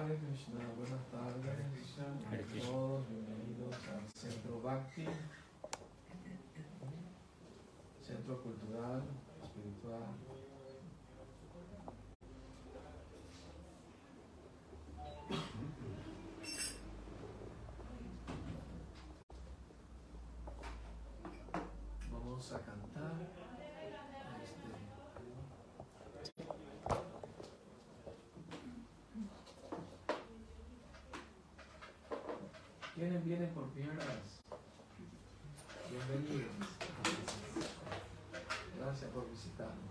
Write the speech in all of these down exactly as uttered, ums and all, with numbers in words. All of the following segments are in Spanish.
Hare Krishna, buenas tardes a todos, bienvenidos al Centro Bhakti, Centro Cultural, Espiritual. Vamos a cantar. Este, ¿Quiénes vienen por primera vez? Bienvenidos. Gracias por visitarnos.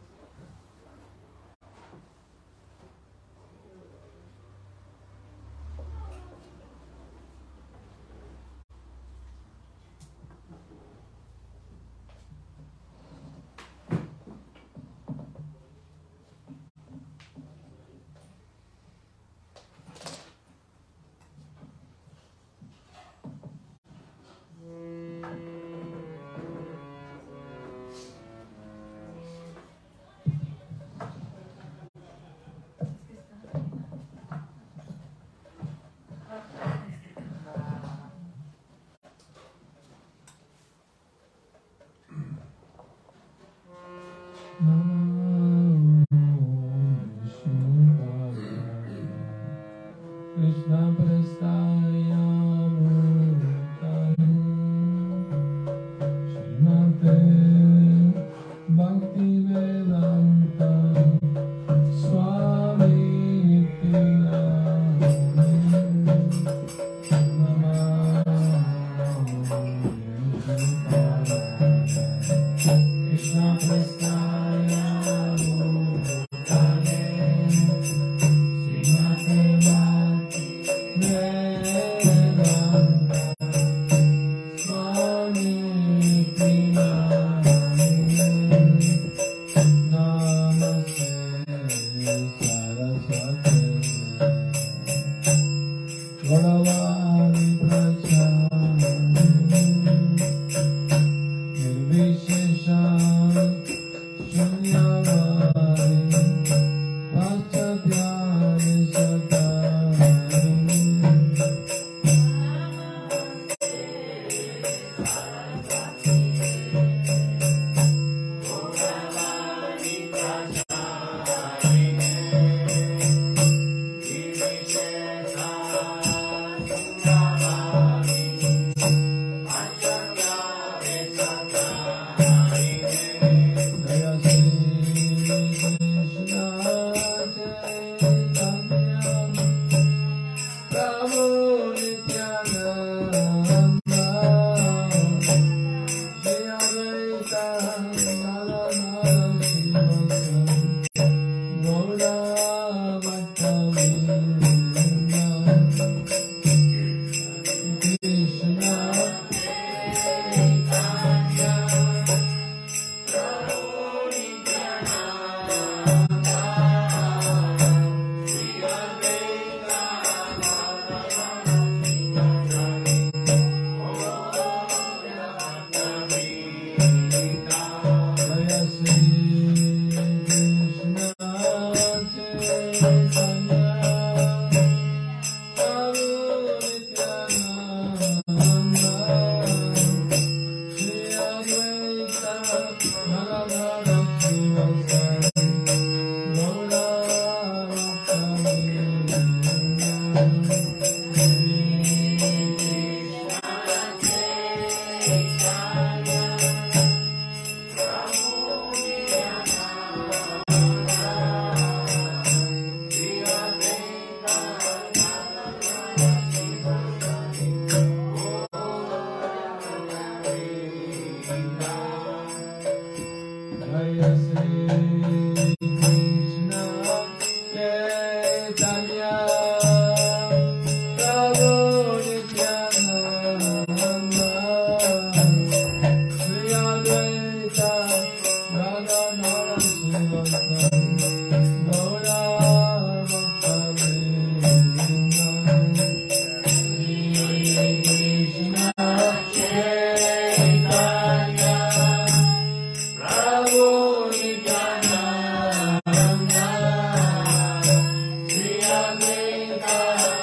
Krishna prestaya murtaya Srimate Bhakti Vedanta Swami Nityananda Krishna prestaya murtaya Srimate Bhakti Krishna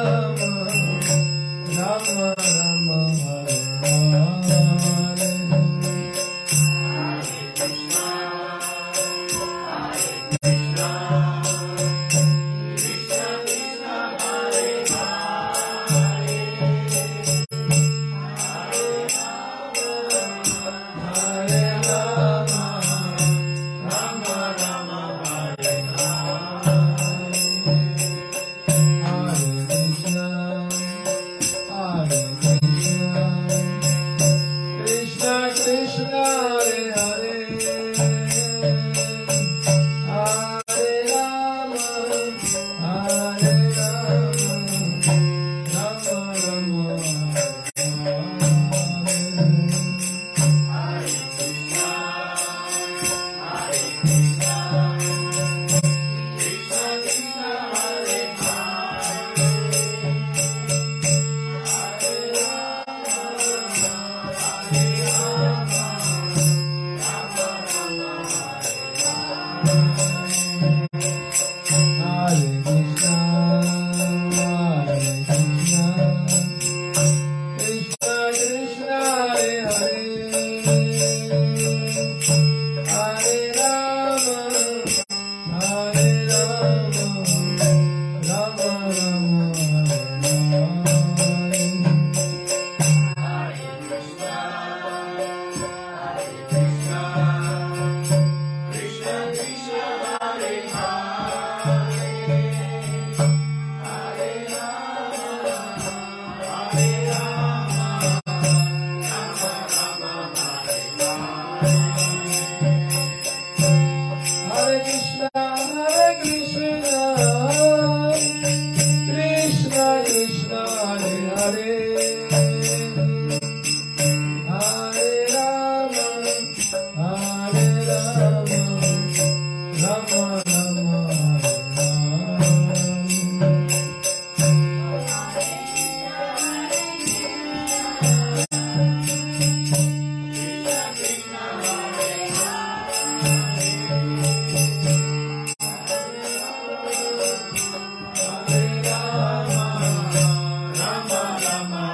Rama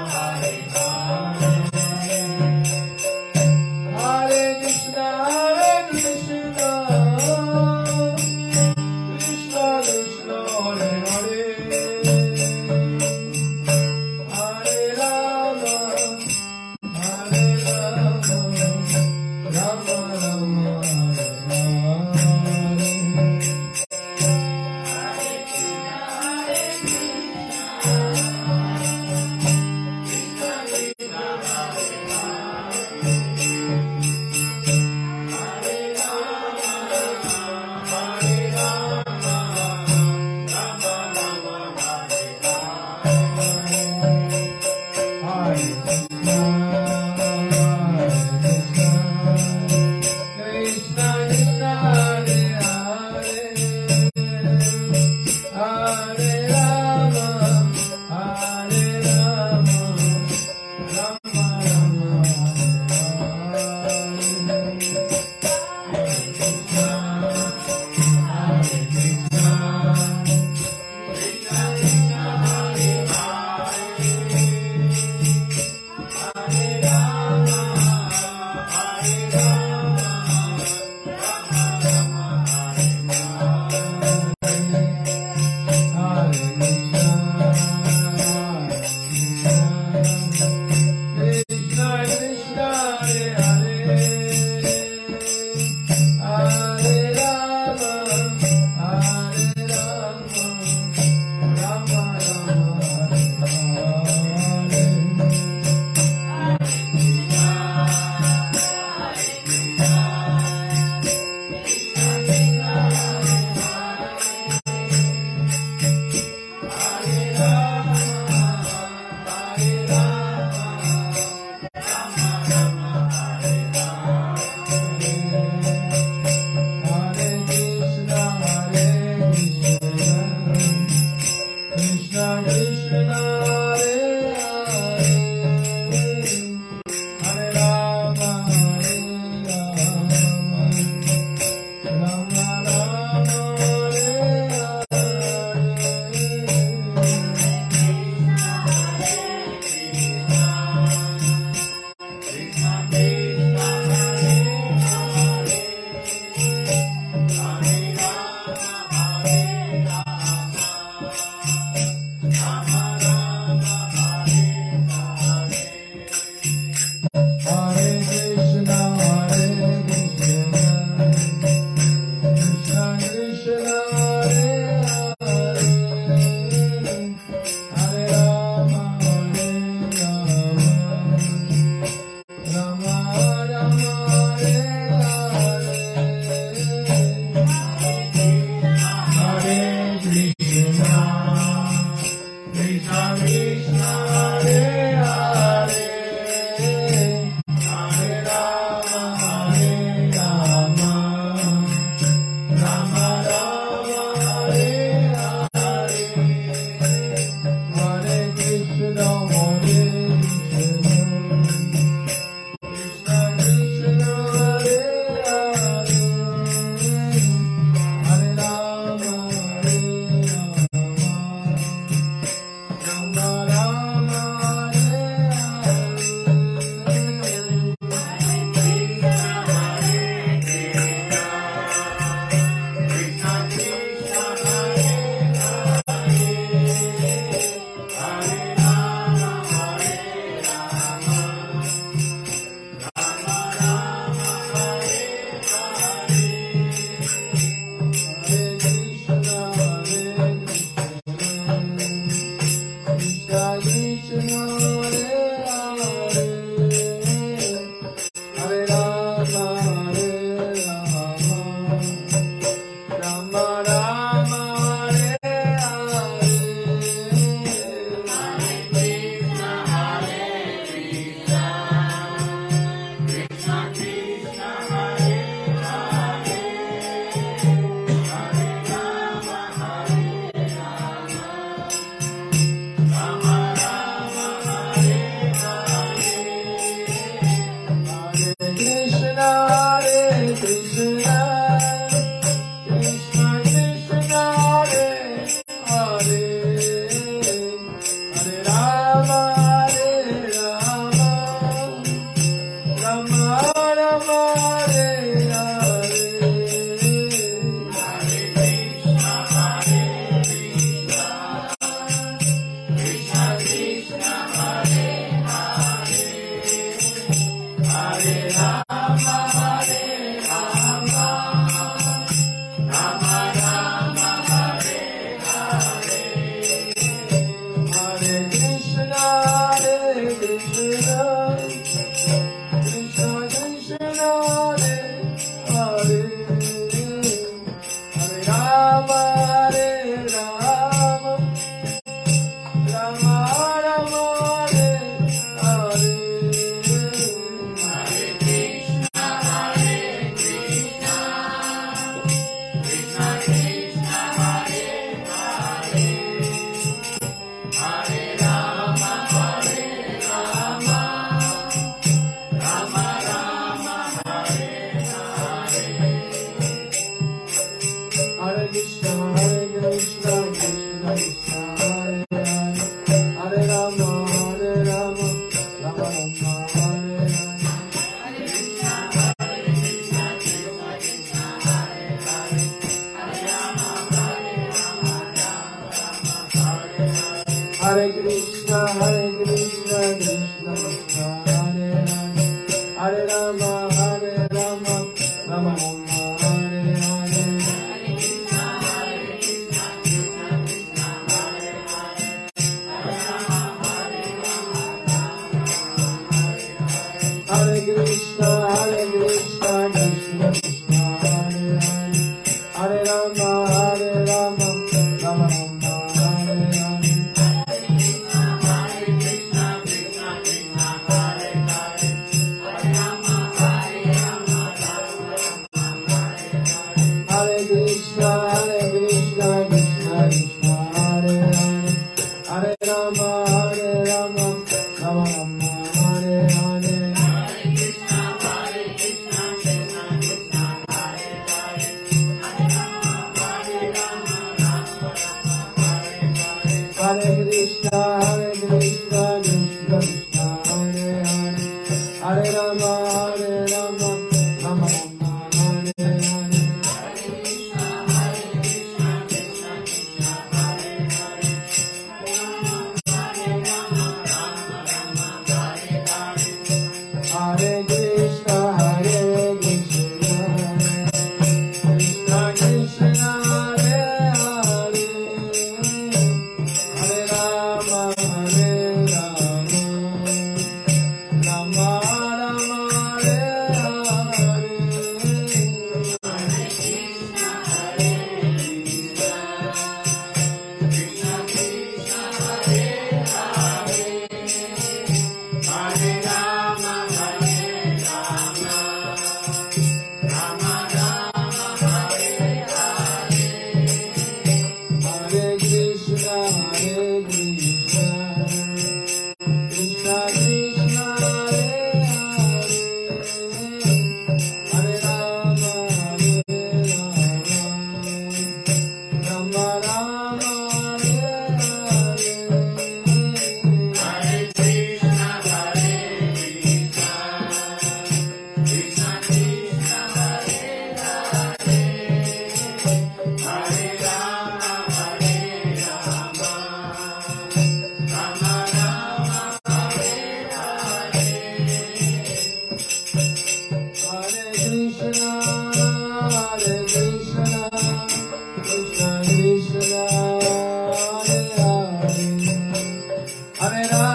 Hare Krishna,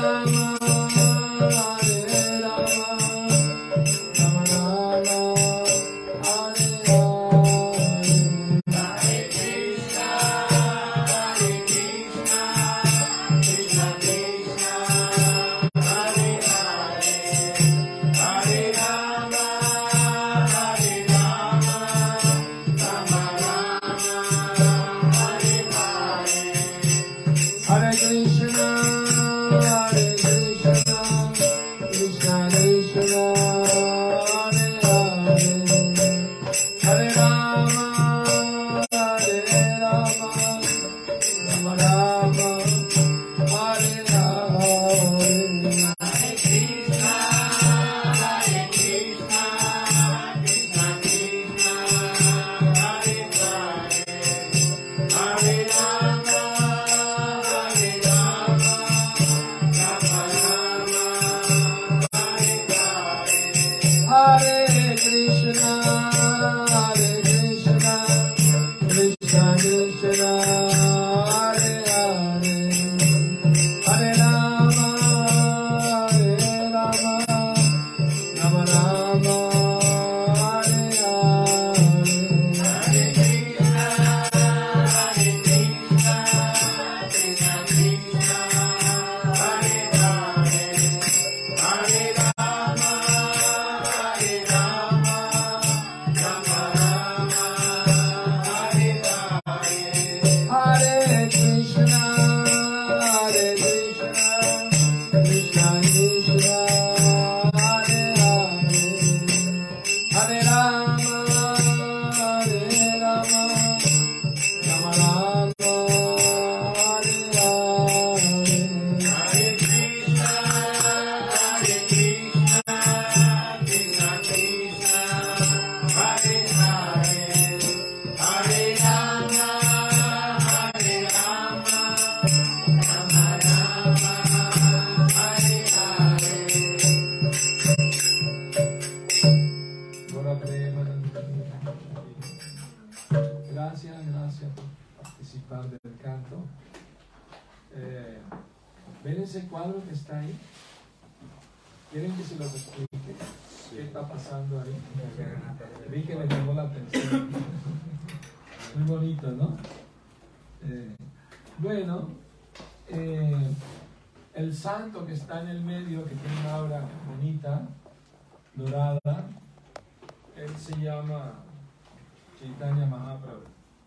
Ese cuadro que está ahí, ¿quieren que se los explique? ¿Qué está pasando ahí? Vi que me llamó la atención. Muy bonito, ¿no? Eh, bueno, eh, el santo que está en el medio, que tiene una aura bonita, dorada, él se llama Chaitanya Mahaprabhu.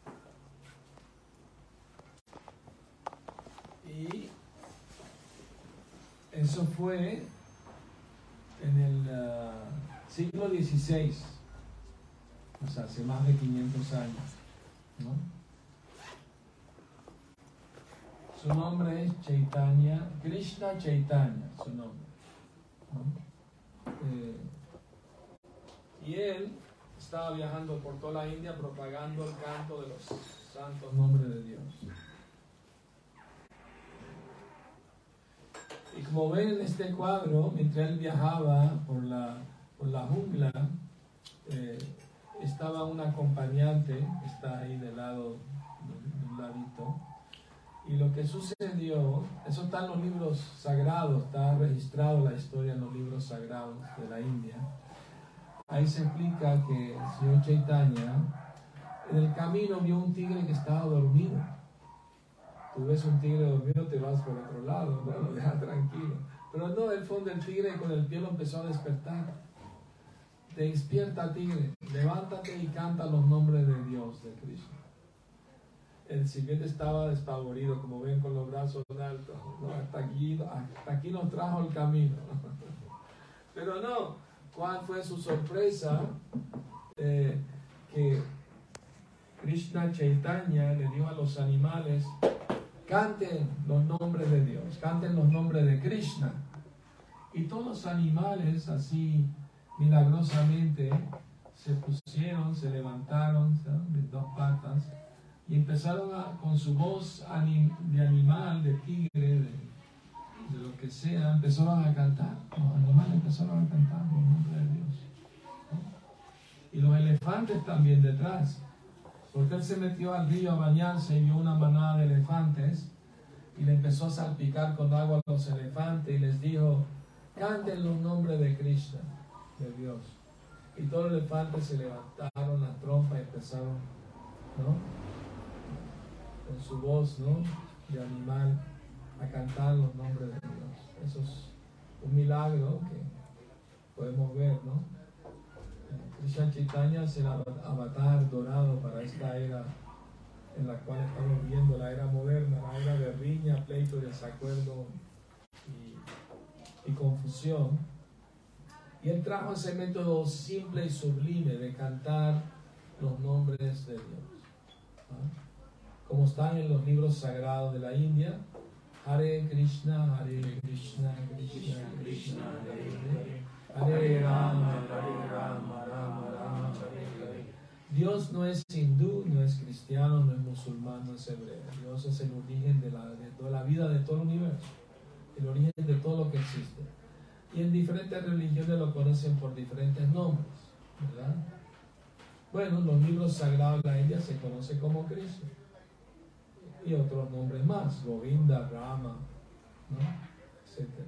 Y eso fue en el uh, siglo dieciséis, o sea, hace más de quinientos años, ¿no? Su nombre es Chaitanya, Krishna Chaitanya, su nombre, ¿no? Eh, y él estaba viajando por toda la India propagando el canto de los santos nombres de Dios. Y como ven en este cuadro, mientras él viajaba por la, por la jungla, eh, estaba un acompañante que está ahí del lado, de un ladito. Y lo que sucedió, eso está en los libros sagrados, está registrado la historia en los libros sagrados de la India. Ahí se explica que el señor Chaitanya en el camino vio un tigre que estaba dormido. Tú ves un tigre dormido, te vas por otro lado, no lo dejas tranquilo. Pero no, él fue donde el tigre y con el pie lo empezó a despertar. Te despierta, tigre, levántate y canta los nombres de Dios, de Krishna. El sirviente estaba despavorido, como ven, con los brazos altos. No, hasta aquí, hasta aquí nos trajo el camino. Pero no, ¿cuál fue su sorpresa? Eh, que Krishna Chaitanya le dio a los animales: canten los nombres de Dios, canten los nombres de Krishna. Y todos los animales así milagrosamente se pusieron, se levantaron, ¿sabes?, de dos patas y empezaron a, con su voz anim, de animal, de tigre, de, de lo que sea, empezaron a cantar. Los animales empezaron a cantar los nombres de Dios, ¿no? Y los elefantes también detrás. Porque él se metió al río a bañarse y vio una manada de elefantes y le empezó a salpicar con agua a los elefantes y les dijo, canten los nombres de Krishna, de Dios. Y todos los elefantes se levantaron la trompa y empezaron, ¿no?, con su voz, ¿no?, de animal, a cantar los nombres de Dios. Eso es un milagro que podemos ver, ¿no? Krishna Chaitanya es el avatar dorado para esta era en la cual estamos viendo, la era moderna, la era de riña, pleito, desacuerdo y, y confusión. Y él trajo ese método simple y sublime de cantar los nombres de Dios, ¿ah? Como están en los libros sagrados de la India: Hare Krishna, Hare Krishna, Krishna Krishna, Hare Hare, Hare Rama, Hare Rama, Rama Rama, Hare Hare. Dios no es hindú, no es cristiano, no es musulmán, no es hebreo. Dios es el origen de la, de toda la vida, de todo el universo, el origen de todo lo que existe. Y en diferentes religiones lo conocen por diferentes nombres, ¿verdad? Bueno, los libros sagrados de la India se conoce como Krishna y otros nombres más, Govinda, Rama, ¿no?, etcétera.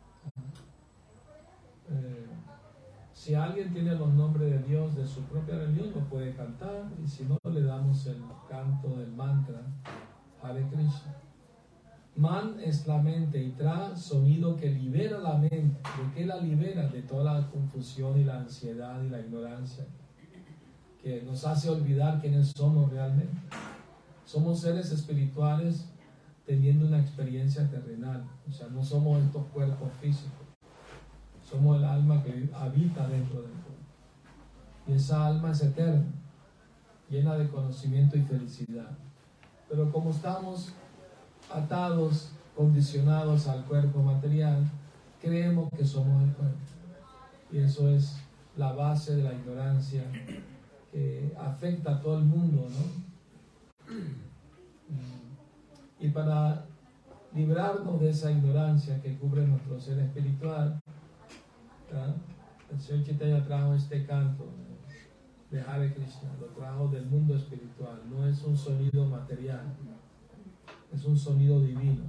Eh, si alguien tiene los nombres de Dios de su propia religión, lo puede cantar, y si no, le damos el canto del mantra Hare Krishna. Man es la mente y Tra, sonido que libera la mente. ¿De qué la libera? De toda la confusión y la ansiedad y la ignorancia que nos hace olvidar quiénes somos realmente. Somos seres espirituales teniendo una experiencia terrenal, o sea, no somos estos cuerpos físicos, somos el alma que habita dentro del cuerpo, y esa alma es eterna, llena de conocimiento y felicidad. Pero como estamos atados, condicionados al cuerpo material, creemos que somos el cuerpo, y eso es la base de la ignorancia que afecta a todo el mundo, ¿no? Y para librarnos de esa ignorancia que cubre nuestro ser espiritual, ¿verdad?, el Señor Chaitanya trajo este canto de Hare Krishna, lo trajo del mundo espiritual. No es un sonido material, es un sonido divino,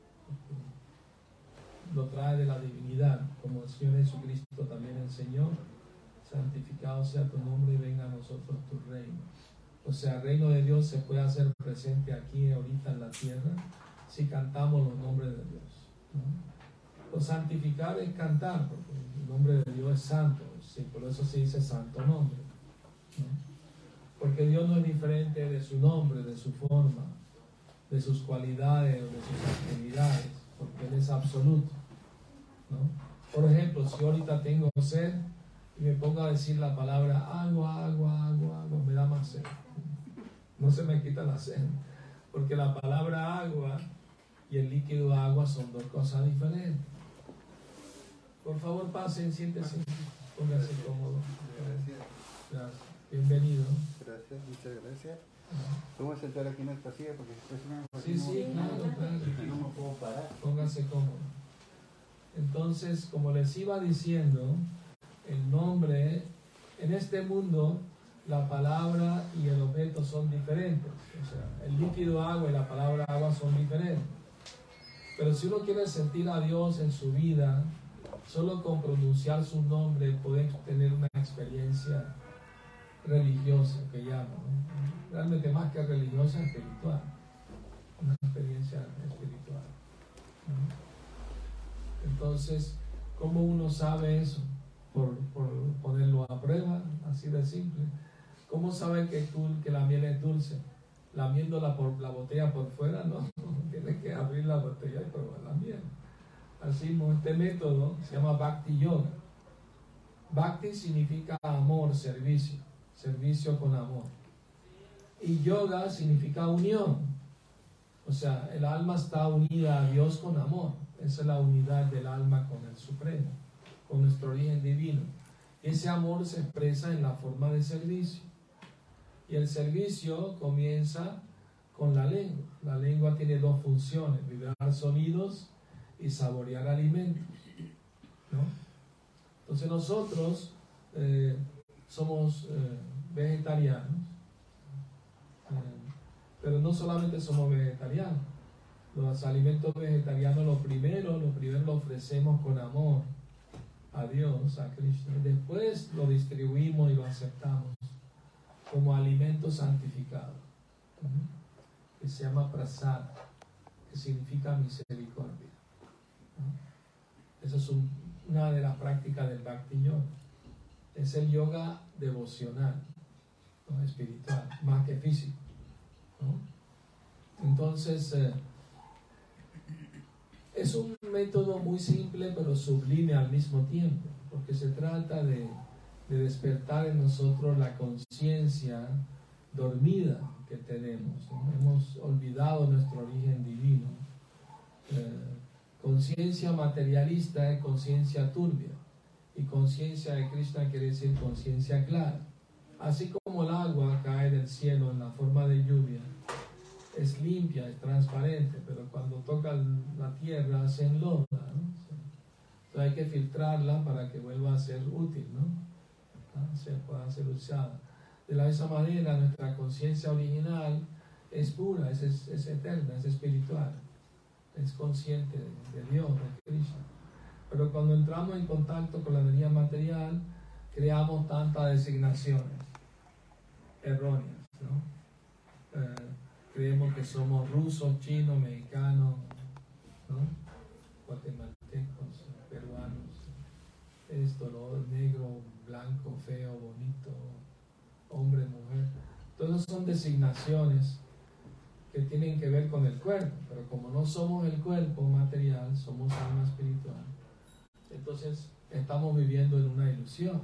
lo trae de la divinidad, como el Señor Jesucristo también enseñó: santificado sea tu nombre y venga a nosotros tu reino. O sea, el reino de Dios se puede hacer presente aquí ahorita en la tierra si cantamos los nombres de Dios, ¿no? Lo santificar es cantar, porque el nombre de Dios es santo, sí, por eso se dice santo nombre, ¿no? Porque Dios no es diferente de su nombre, de su forma, de sus cualidades o de sus actividades, porque Él es absoluto, ¿no? Por ejemplo, si ahorita tengo sed y me pongo a decir la palabra agua, agua, agua, agua, me da más sed. No se me quita la sed, porque la palabra agua y el líquido agua son dos cosas diferentes. Por favor, pasen, siéntense, pónganse cómodos. Gracias. Gracias. Bienvenido. Gracias, muchas gracias. ¿Cómo sentar aquí en esta silla? Porque después no me Sí, sí, claro, claro. no me puedo parar. Pónganse cómodos. Entonces, como les iba diciendo, el nombre, en este mundo, la palabra y el objeto son diferentes. O sea, el líquido agua y la palabra agua son diferentes. Pero si uno quiere sentir a Dios en su vida, solo con pronunciar su nombre puede tener una experiencia religiosa, que llaman, ¿no? Realmente más que religiosa, espiritual. Una experiencia espiritual, ¿no? Entonces, ¿cómo uno sabe eso? Por, por ponerlo a prueba, así de simple. ¿Cómo sabe que, tú, que la miel es dulce? Lamiéndola por la botella por fuera, no. Tienes que abrir la botella y probar la miel. Así mismo, este método se llama Bhakti Yoga. Bhakti significa amor, servicio, servicio con amor. Y yoga significa unión. O sea, el alma está unida a Dios con amor. Esa es la unidad del alma con el Supremo, con nuestro origen divino. Ese amor se expresa en la forma de servicio. Y el servicio comienza con la lengua. La lengua tiene dos funciones: vibrar sonidos y saborear alimentos, ¿no? Entonces nosotros eh, somos eh, vegetarianos, eh, pero no solamente somos vegetarianos, Los alimentos vegetarianos, lo primero, lo primero lo ofrecemos con amor a Dios, a Krishna. Después lo distribuimos y lo aceptamos como alimento santificado, ¿no? Que se llama prasad, que significa misericordia, ¿no? Eso es un, una de las prácticas del Bhakti Yoga. Es el yoga devocional, ¿no? Espiritual, más que físico, ¿no? Entonces, eh, es un método muy simple pero sublime al mismo tiempo, porque se trata de, de despertar en nosotros la conciencia dormida que tenemos, ¿no? Hemos olvidado nuestro origen divino. Eh, conciencia materialista es conciencia turbia, y conciencia de Krishna quiere decir conciencia clara. Así como el agua cae del cielo en la forma de lluvia, es limpia, es transparente, pero cuando toca la tierra se enloda, ¿no? Entonces hay que filtrarla para que vuelva a ser útil, ¿no? ¿no? Se pueda ser usada. De la misma manera, nuestra conciencia original es pura, es, es, es eterna, es espiritual, es consciente de, de Dios, de Krishna. Pero cuando entramos en contacto con la energía material, creamos tantas designaciones erróneas, ¿no? Eh, creemos que somos rusos, chinos, mexicanos, ¿no? Guatemaltecos, peruanos, esto, lo negro, blanco, feo, bonito, hombre, mujer. Todas son designaciones que tienen que ver con el cuerpo, pero como no somos el cuerpo material, somos alma espiritual. Entonces estamos viviendo en una ilusión.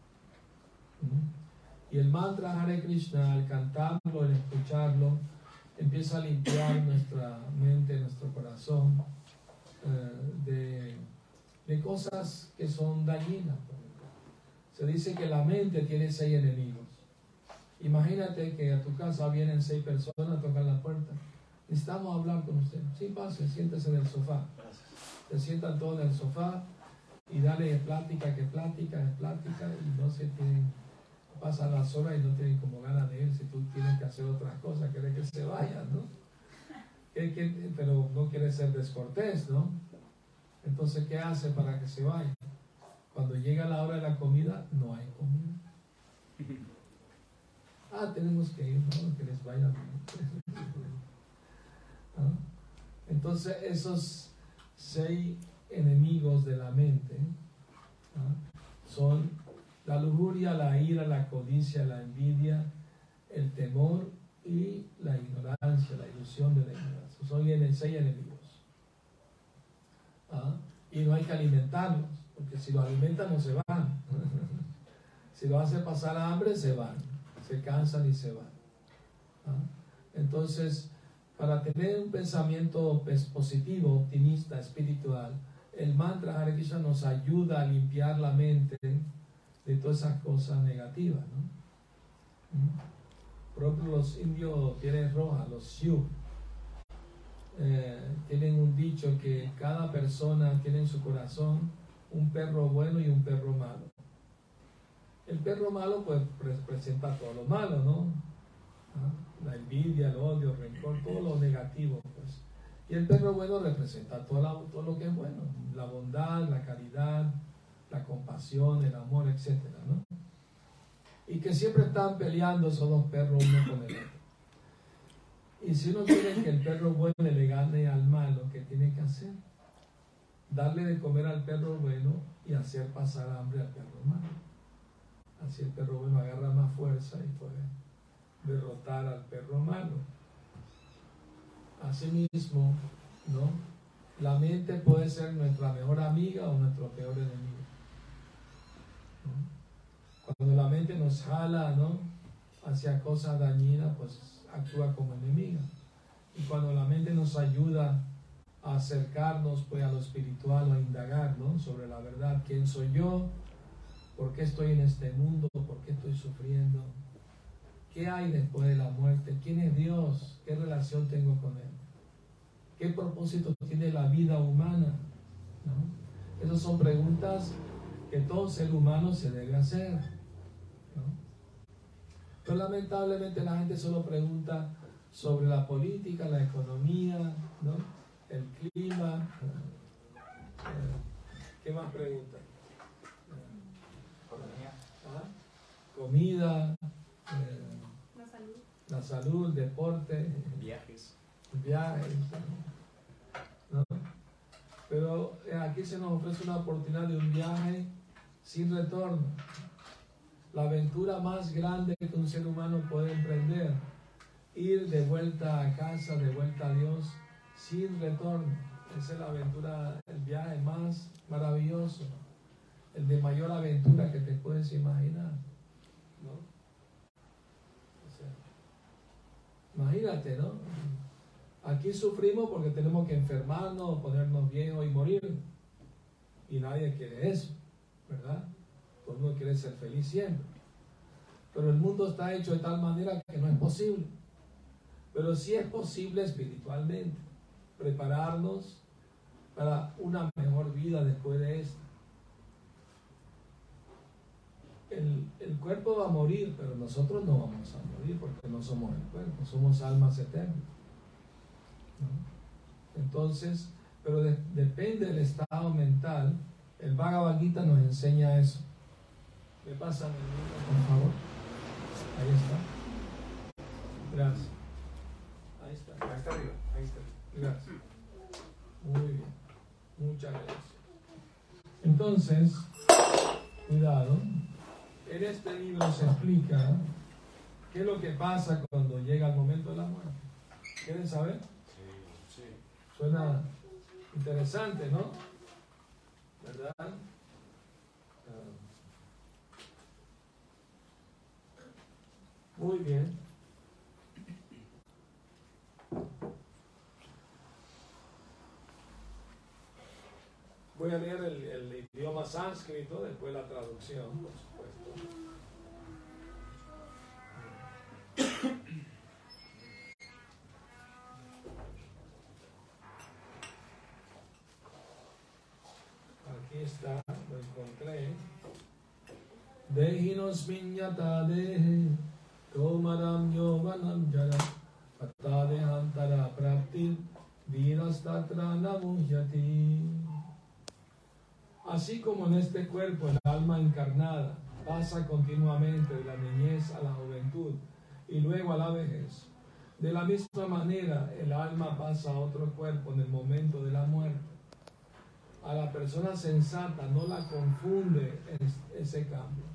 ¿Mm? Y el mantra Hare Krishna, al cantarlo, al escucharlo, empieza a limpiar nuestra mente, nuestro corazón eh, de, de cosas que son dañinas. Se dice que la mente tiene seis enemigos. Imagínate que a tu casa vienen seis personas, tocan la puerta. Necesitamos hablar con usted. Sí, pase, siéntese en el sofá. Se sientan todos en el sofá y dale plática, que plática, que plática, y no se tienen, pasan las horas y no tienen como ganas de irse. Tú tienes que hacer otras cosas, quieres que se vayan, ¿no? Que, que, pero no quiere ser descortés, ¿no? Entonces, ¿qué hace para que se vaya? Cuando llega la hora de la comida, no hay comida. Ah, tenemos que ir, ¿no? Que les vaya bien. ¿Ah? Entonces, esos seis enemigos de la mente, ¿ah? son la lujuria, la ira, la codicia, la envidia, el temor y la ignorancia, la ilusión de la ignorancia. Son seis enemigos. ¿Ah? Y no hay que alimentarlos, porque si los alimentan no se van. Si los hace pasar hambre, se van, se cansan y se van. ¿Ah? Entonces, para tener un pensamiento positivo, optimista, espiritual, el mantra Hare Krishna nos ayuda a limpiar la mente de todas esas cosas negativas, ¿no? ¿Mm? Por ejemplo, los indios pieles rojas, los Sioux, eh, tienen un dicho que cada persona tiene en su corazón un perro bueno y un perro malo. El perro malo pues representa todo lo malo, ¿no? ¿Ah? La envidia, el odio, el rencor, todo lo negativo, pues. Y el perro bueno representa todo, la, todo lo que es bueno, la bondad, la caridad, la compasión, el amor, etcétera, ¿no? Y que siempre están peleando esos dos perros uno con el otro. Y si uno quiere que el perro bueno le gane al malo, ¿qué tiene que hacer? Darle de comer al perro bueno y hacer pasar hambre al perro malo. Así el perro bueno agarra más fuerza y puede derrotar al perro malo. Asimismo, ¿no? La mente puede ser nuestra mejor amiga o nuestro peor enemigo, ¿no? Cuando la mente nos jala, ¿no?, hacia cosas dañinas, pues actúa como enemiga. Y cuando la mente nos ayuda a acercarnos pues a lo espiritual o a indagar, ¿no?, sobre la verdad, quién soy yo, por qué estoy en este mundo, por qué estoy sufriendo, qué hay después de la muerte, quién es Dios, qué relación tengo con Él, qué propósito tiene la vida humana, ¿no? Esas son preguntas que todo ser humano se debe hacer, ¿no? Pero lamentablemente la gente solo pregunta sobre la política, la economía, ¿no?, el clima. ¿Qué más preguntan? ¿Ah? Comida, eh, la salud, la salud, deporte, viajes, viajes, ¿no? Pero aquí se nos ofrece una oportunidad de un viaje sin retorno, la aventura más grande que un ser humano puede emprender, ir de vuelta a casa, de vuelta a Dios, sin retorno. Esa es la aventura, el viaje más maravilloso, el de mayor aventura que te puedes imaginar, ¿no? O sea, imagínate, ¿no? Aquí sufrimos porque tenemos que enfermarnos, ponernos viejos y morir. Y nadie quiere eso, ¿verdad? Todo el mundo quiere ser feliz siempre. Pero el mundo está hecho de tal manera que no es posible. Pero sí es posible espiritualmente prepararnos para una mejor vida después de esto. El, el cuerpo va a morir, pero nosotros no vamos a morir porque no somos el cuerpo, somos almas eternas, ¿no? Entonces, pero de, depende del estado mental. El Bhagavad Gita nos enseña eso. ¿Me pasan el libro, por favor? Ahí está. Gracias. Ahí está. Ahí está arriba. Ahí está. Gracias. Muy bien. Muchas gracias. Entonces, cuidado. En este libro se explica qué es lo que pasa cuando llega el momento de la muerte. ¿Quieren saber? Sí, sí. Suena interesante, ¿no? ¿Verdad? Uh, muy bien. Voy a leer el, el idioma sánscrito, después la traducción, por supuesto. Aquí está, lo encontré. Dehinos viñata dehe, tomaram yovanam jara, patadehantara praptir, virastatra namuhyati. Así como en este cuerpo el alma encarnada pasa continuamente de la niñez a la juventud y luego a la vejez, de la misma manera el alma pasa a otro cuerpo en el momento de la muerte. A la persona sensata no la confunde ese cambio.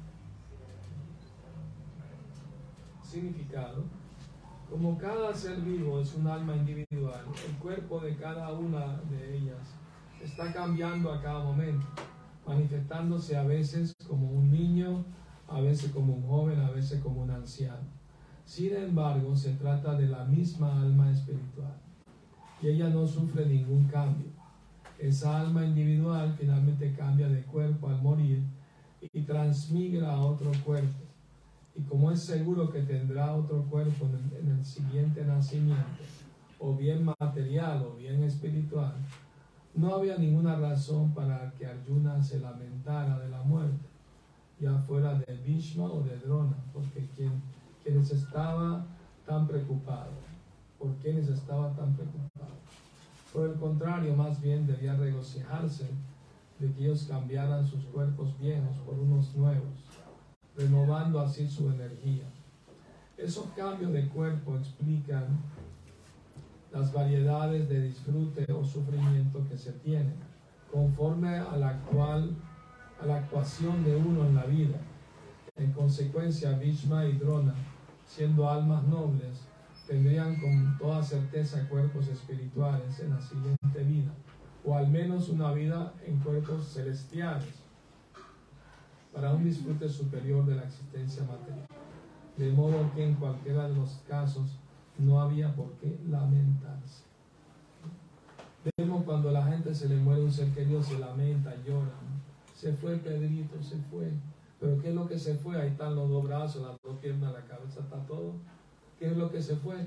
Significado: como cada ser vivo es un alma individual, el cuerpo de cada una de ellas está cambiando a cada momento, manifestándose a veces como un niño, a veces como un joven, a veces como un anciano. Sin embargo, se trata de la misma alma espiritual y ella no sufre ningún cambio. Esa alma individual finalmente cambia de cuerpo al morir y transmigra a otro cuerpo. Y como es seguro que tendrá otro cuerpo en el, en el siguiente nacimiento, o bien material o bien espiritual, no había ninguna razón para que Arjuna se lamentara de la muerte, ya fuera de Bhishma o de Drona, porque quien, quienes estaban tan preocupados, por quienes estaban tan preocupados. Por el contrario, más bien debía regocijarse de que ellos cambiaran sus cuerpos viejos por unos nuevos, renovando así su energía. Esos cambios de cuerpo explican las variedades de disfrute o sufrimiento que se tienen, conforme a la, actual, a la actuación de uno en la vida. En consecuencia, Bhishma y Drona, siendo almas nobles, tendrían con toda certeza cuerpos espirituales en la siguiente vida, o al menos una vida en cuerpos celestiales, para un disfrute superior de la existencia material. De modo que en cualquiera de los casos no había por qué lamentarse. Vemos cuando a la gente se le muere un ser querido, se lamenta, llora. Se fue Pedrito, se fue. Pero ¿qué es lo que se fue? Ahí están los dos brazos, las dos piernas, la cabeza, está todo. ¿Qué es lo que se fue?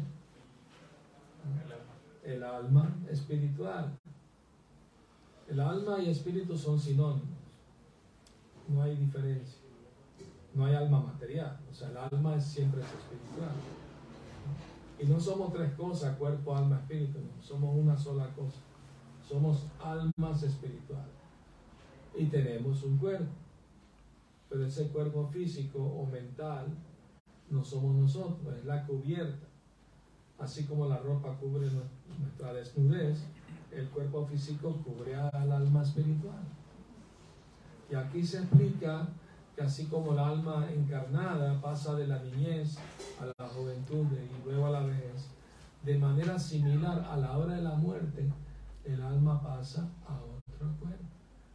El alma espiritual. El alma y espíritu son sinónimos. No hay diferencia. No hay alma material. O sea, el alma es, siempre es espiritual. Y no somos tres cosas, cuerpo, alma, espíritu. No. Somos una sola cosa. Somos almas espirituales y tenemos un cuerpo, pero ese cuerpo físico o mental no somos nosotros, es la cubierta. Así como la ropa cubre nuestra desnudez, el cuerpo físico cubre al alma espiritual. Y aquí se explica que así como el alma encarnada pasa de la niñez a la juventud y luego a la vejez, de manera similar a la hora de la muerte, el alma pasa a otro cuerpo.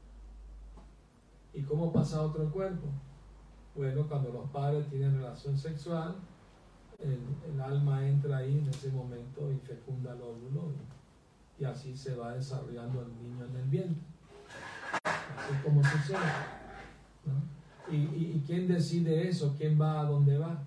¿Y cómo pasa a otro cuerpo? Bueno, cuando los padres tienen relación sexual, el, el alma entra ahí en ese momento y fecunda el óvulo y, y así se va desarrollando el niño en el vientre. Así es como sucede, ¿no? ¿Y, y, ¿Y quién decide eso? ¿Quién va a dónde va?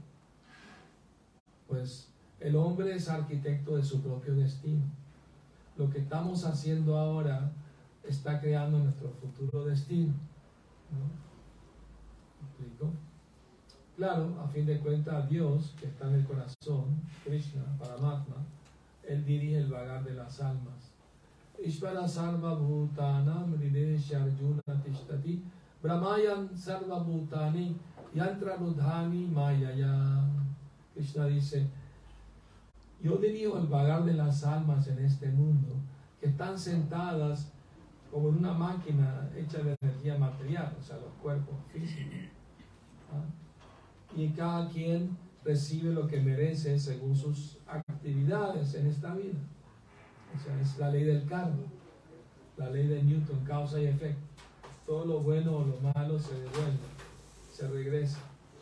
Pues el hombre es arquitecto de su propio destino. Lo que estamos haciendo ahora está creando nuestro futuro destino, ¿no? ¿Me explico? Claro, a fin de cuentas, Dios, que está en el corazón, Krishna, Paramatma, Él dirige el vagar de las almas. Ishvara sarva bhutanam ridesha arjuna tishtati brahmayan sarva bhutani yantra rudhani mayaya. Krishna dice, yo dirijo el vagar de las almas en este mundo, que están sentadas como en una máquina hecha de energía material, o sea, los cuerpos físicos. ¿Ah? Y cada quien recibe lo que merece según sus actividades en esta vida. O sea, es la ley del karma, la ley de Newton, causa y efecto. Todo lo bueno o lo malo se devuelve, se regresa,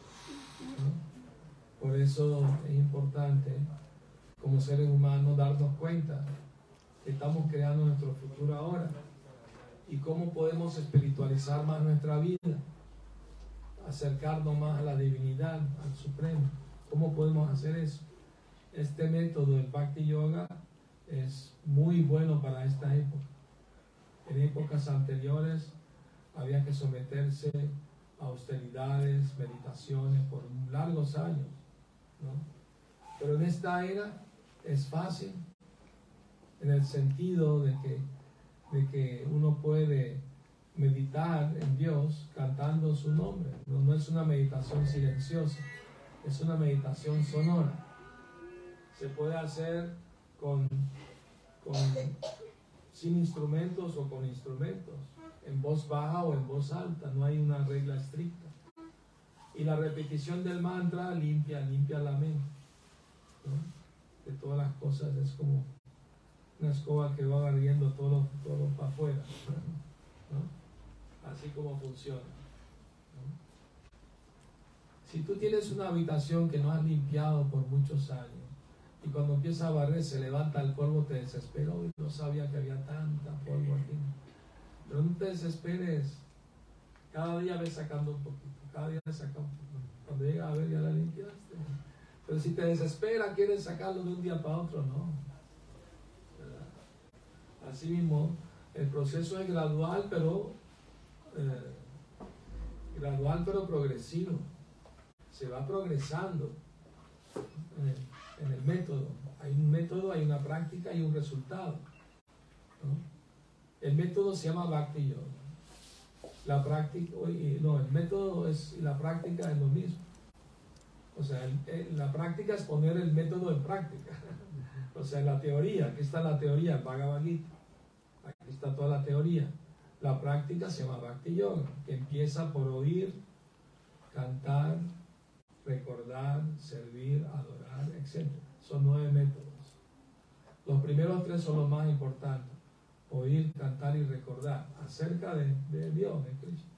¿no? Por eso es importante, como seres humanos, darnos cuenta que estamos creando nuestro futuro ahora y cómo podemos espiritualizar más nuestra vida, acercarnos más a la divinidad, al Supremo. ¿Cómo podemos hacer eso? Este método, el Bhakti Yoga, es muy bueno para esta época. En épocas anteriores había que someterse a austeridades, meditaciones por largos años, ¿no? Pero en esta era es fácil, en el sentido de que, de que uno puede meditar en Dios cantando su nombre. No, no es una meditación silenciosa, es una meditación sonora. Se puede hacer con, con, sin instrumentos o con instrumentos, en voz baja o en voz alta, no hay una regla estricta. Y la repetición del mantra limpia, limpia la mente, ¿no? De todas las cosas, es como una escoba que va barriendo todo, todo para afuera, ¿no? Así como funciona, ¿no? Si tú tienes una habitación que no has limpiado por muchos años y cuando empieza a barrer se levanta el polvo, te desesperas. Y no sabía que había tanta polvo aquí. Pero no te desesperes, cada día ves sacando un poquito, cada día ves sacando un poquito. Cuando llega a ver, ya la limpiaste. Pero si te desespera, quieres sacarlo de un día para otro, no. ¿Verdad? Así mismo, el proceso es gradual, pero eh, gradual pero progresivo. Se va progresando en el, en el método. Hay un método, hay una práctica y un resultado, ¿no? El método se llama Bhakti Yoga. La práctica, no, el método es, y la práctica es lo mismo. O sea, el, el, la práctica es poner el método en práctica. O sea, la teoría, aquí está la teoría, el Bhagavad Gita. Aquí está toda la teoría. La práctica se llama Bhakti Yoga, que empieza por oír, cantar, recordar, servir, adorar, etcétera. Son nueve métodos. Los primeros tres son los más importantes: oír, cantar y recordar acerca de, de Dios, de Cristo,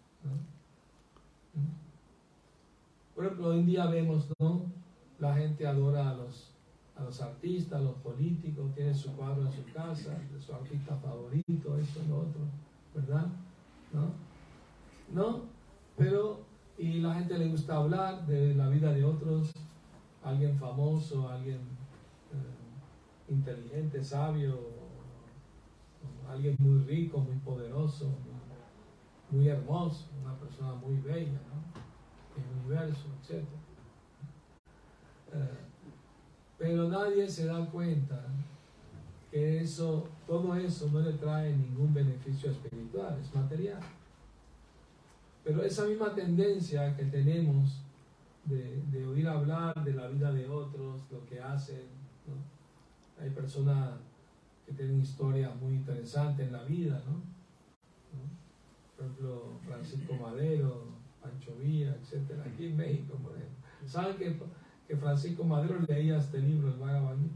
¿no? Por ejemplo, hoy en día vemos, ¿no? La gente adora a los, a los artistas, a los políticos, tiene su cuadro en su casa, de su artista favorito, esto, lo otro, ¿verdad? ¿No? ¿No? Pero, y la gente le gusta hablar de la vida de otros, alguien famoso, alguien eh, inteligente, sabio, alguien muy rico, muy poderoso, muy, muy hermoso, una persona muy bella, ¿no? El universo, etcétera. Eh, pero nadie se da cuenta que eso, todo eso no le trae ningún beneficio espiritual, es material. Pero esa misma tendencia que tenemos de, de oír hablar de la vida de otros, lo que hacen, ¿no? Hay personas que tienen historias muy interesantes en la vida, ¿no? ¿no? Por ejemplo, Francisco Madero, Pancho Villa, etcétera, aquí en México, por ejemplo. ¿Saben que, que Francisco Madero leía este libro, el Bhagavad Gita?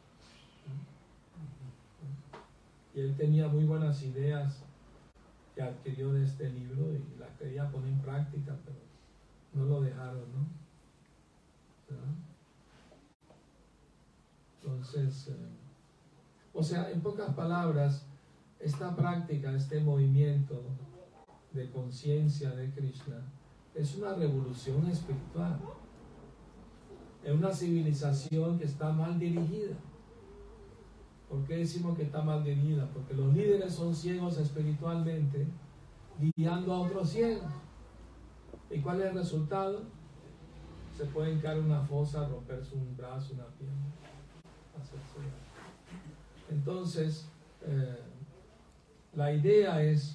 Y él tenía muy buenas ideas que adquirió de este libro y las quería poner en práctica, pero no lo dejaron, ¿no? ¿verdad? Entonces, eh, o sea, en pocas palabras, esta práctica, este movimiento de conciencia de Krishna es una revolución espiritual, es una civilización que está mal dirigida. ¿Por qué decimos que está mal dirigida? Porque los líderes son ciegos espiritualmente, guiando a otros ciegos. ¿Y cuál es el resultado? Se pueden caer en una fosa, romperse un brazo, una pierna, hacerse daño. Entonces, eh, la idea es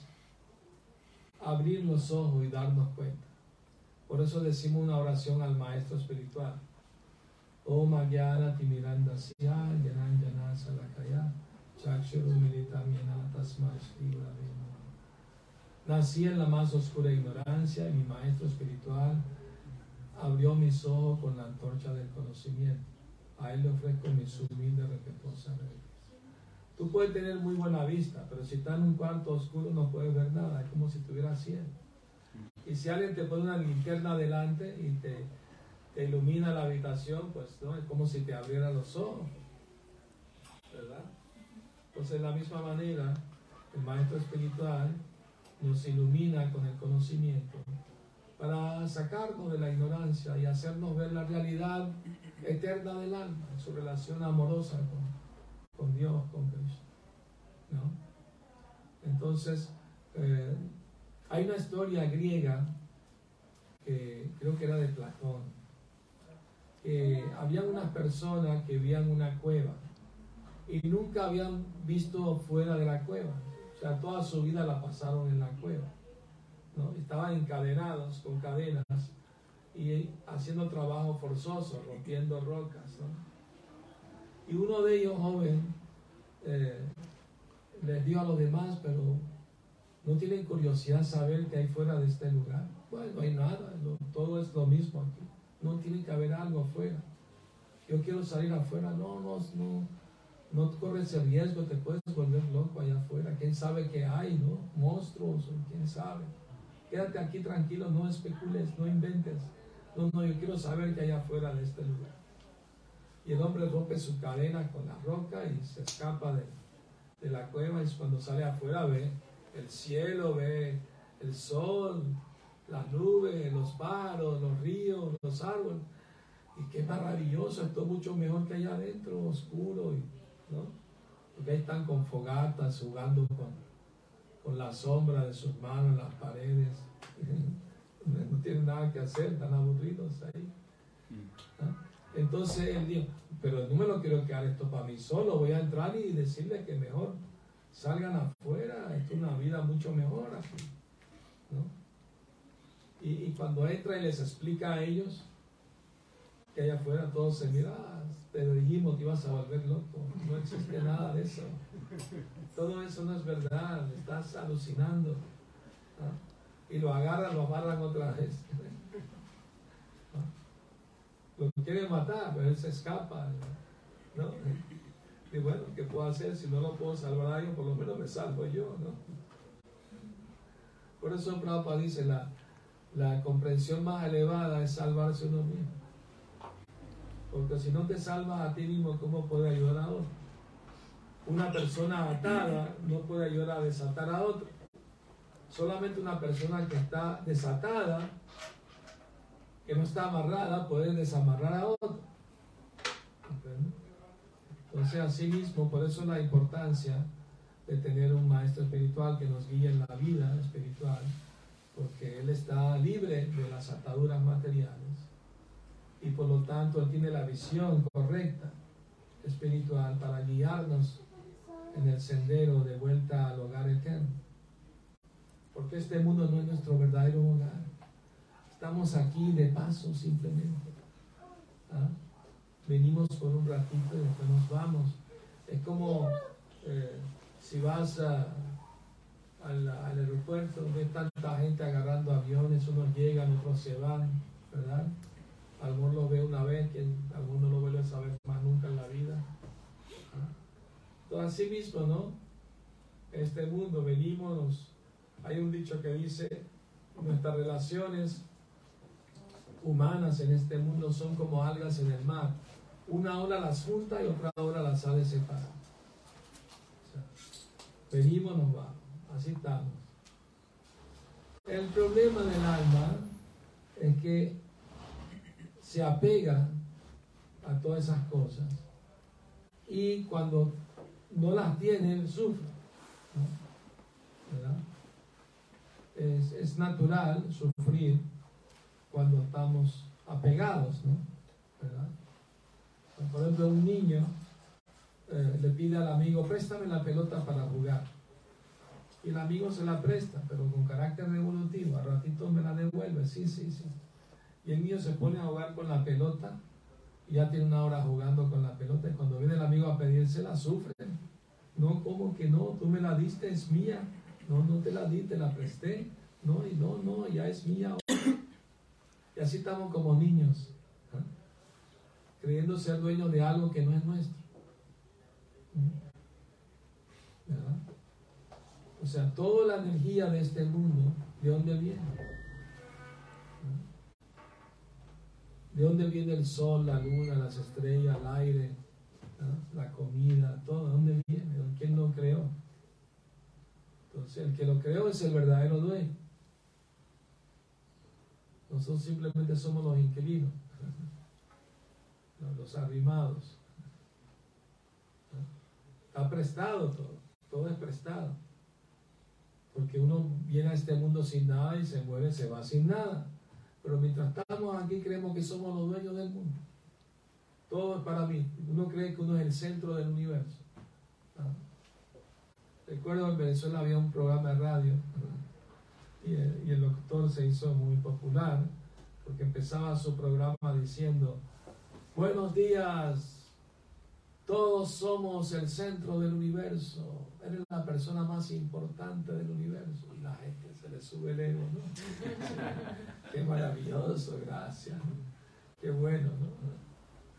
abrir los ojos y darnos cuenta. Por eso decimos una oración al maestro espiritual. Om Agyana Timirandasya Gyananjana Salakaya Chakshuru Militam Yena Tasmai Shri Gurave Namah. Nací en la más oscura ignorancia y mi maestro espiritual abrió mis ojos con la antorcha del conocimiento. A él le ofrezco mis humildes respetuosas reverencias. Tú puedes tener muy buena vista, pero si estás en un cuarto oscuro no puedes ver nada, es como si estuvieras ciego. Y si alguien te pone una linterna delante y te, te ilumina la habitación, pues no, es como si te abriera los ojos, ¿verdad? Entonces, de la misma manera, el maestro espiritual nos ilumina con el conocimiento para sacarnos de la ignorancia y hacernos ver la realidad eterna del alma, en su relación amorosa con, con Dios, con Cristo, ¿no? Entonces, eh, hay una historia griega que creo que era de Platón, que había unas personas que vivían en una cueva y nunca habían visto fuera de la cueva, o sea, toda su vida la pasaron en la cueva, ¿no? Estaban encadenados con cadenas y haciendo trabajo forzoso, rompiendo rocas, ¿no? Y uno de ellos, joven, eh, les dio a los demás, pero no tienen curiosidad saber qué hay fuera de este lugar. Bueno, no hay nada, lo, todo es lo mismo aquí. No tiene que haber algo afuera. Yo quiero salir afuera. No, no, no, no corres el riesgo, te puedes volver loco allá afuera. ¿Quién sabe qué hay, no? Monstruos, quién sabe. Quédate aquí tranquilo, no especules, no inventes. No, no, yo quiero saber qué hay afuera de este lugar. Y el hombre rompe su cadena con la roca y se escapa de, de la cueva, y cuando sale afuera ve el cielo, ve el sol, las nubes, los pájaros, los ríos, los árboles. Y qué maravilloso, esto es mucho mejor que allá adentro, oscuro, y, ¿no? Porque ahí están con fogatas, jugando con, con la sombra de sus manos en las paredes. No tienen nada que hacer, están aburridos ahí, ¿no? Entonces él dijo, pero no me lo quiero quedar esto para mí solo, voy a entrar y decirles que mejor salgan afuera, esto es una vida mucho mejor aquí, ¿no? Y, y cuando entra y les explica a ellos que allá afuera todos se miran, ah, te dijimos que ibas a volver loco, no existe nada de eso, todo eso no es verdad, estás alucinando, ¿no? Y lo agarran, lo amarran otra vez, ¿no? Lo quieren matar, pero él se escapa, ¿no? Y bueno, ¿qué puedo hacer? Si no lo puedo salvar a ellos, por lo menos me salvo yo, ¿no? Por eso Prabhupada dice, la, la comprensión más elevada es salvarse uno mismo. Porque si no te salvas a ti mismo, ¿cómo puede ayudar a otro? Una persona atada no puede ayudar a desatar a otro. Solamente una persona que está desatada, que no está amarrada, puede desamarrar a otro. ¿Entiendes? Entonces, así mismo, por eso la importancia de tener un maestro espiritual que nos guíe en la vida espiritual, porque él está libre de las ataduras materiales y por lo tanto él tiene la visión correcta espiritual para guiarnos en el sendero de vuelta al hogar eterno. Porque este mundo no es nuestro verdadero hogar. Estamos aquí de paso simplemente. ¿Ah? Venimos por un ratito y después nos vamos. Es como eh, si vas a, al, al aeropuerto, ves tanta gente agarrando aviones, unos llegan, otros se van, ¿verdad? Algunos lo ve una vez, que algunos no lo vuelven a saber más nunca en la vida. ¿Ah? Entonces, así mismo, ¿no? Este mundo venimos, hay un dicho que dice, nuestras relaciones humanas en este mundo son como algas en el mar. Una ola las junta y otra ola las sabe separar. O sea, venimos, nos vamos. Así estamos. El problema del alma es que se apega a todas esas cosas y cuando no las tiene, sufre, ¿no? ¿Verdad? Es, es natural sufrir cuando estamos apegados, ¿no? ¿Verdad? Por ejemplo, un niño eh, le pide al amigo, préstame la pelota para jugar. Y el amigo se la presta, pero con carácter devolutivo. Al ratito me la devuelve, sí, sí, sí. Y el niño se pone a jugar con la pelota y ya tiene una hora jugando con la pelota. Y cuando viene el amigo a pedírsela, sufre. No, ¿cómo que no? Tú me la diste, es mía. No, no te la di, te la presté. No, y no, no, ya es mía. Y así estamos como niños, ¿eh? Creyendo ser dueños de algo que no es nuestro. ¿Verdad? O sea, toda la energía de este mundo, ¿de dónde viene? ¿De dónde viene el sol, la luna, las estrellas, el aire, ¿no? La comida, todo? ¿De dónde viene? ¿Quién lo creó? Entonces, el que lo creó es el verdadero dueño. Nosotros simplemente somos los inquilinos, los arrimados. Está prestado todo, todo es prestado. Porque uno viene a este mundo sin nada y se muere, se va sin nada. Pero mientras estamos aquí creemos que somos los dueños del mundo. Todo es para mí. Uno cree que uno es el centro del universo. ¿Ah? Recuerdo en Venezuela había un programa de radio y el, y el locutor se hizo muy popular porque empezaba su programa diciendo: buenos días, todos somos el centro del universo, eres la persona más importante del universo. Y la gente se le sube el ego, ¿no? Qué maravilloso, gracias, ¿no? Qué bueno, ¿no?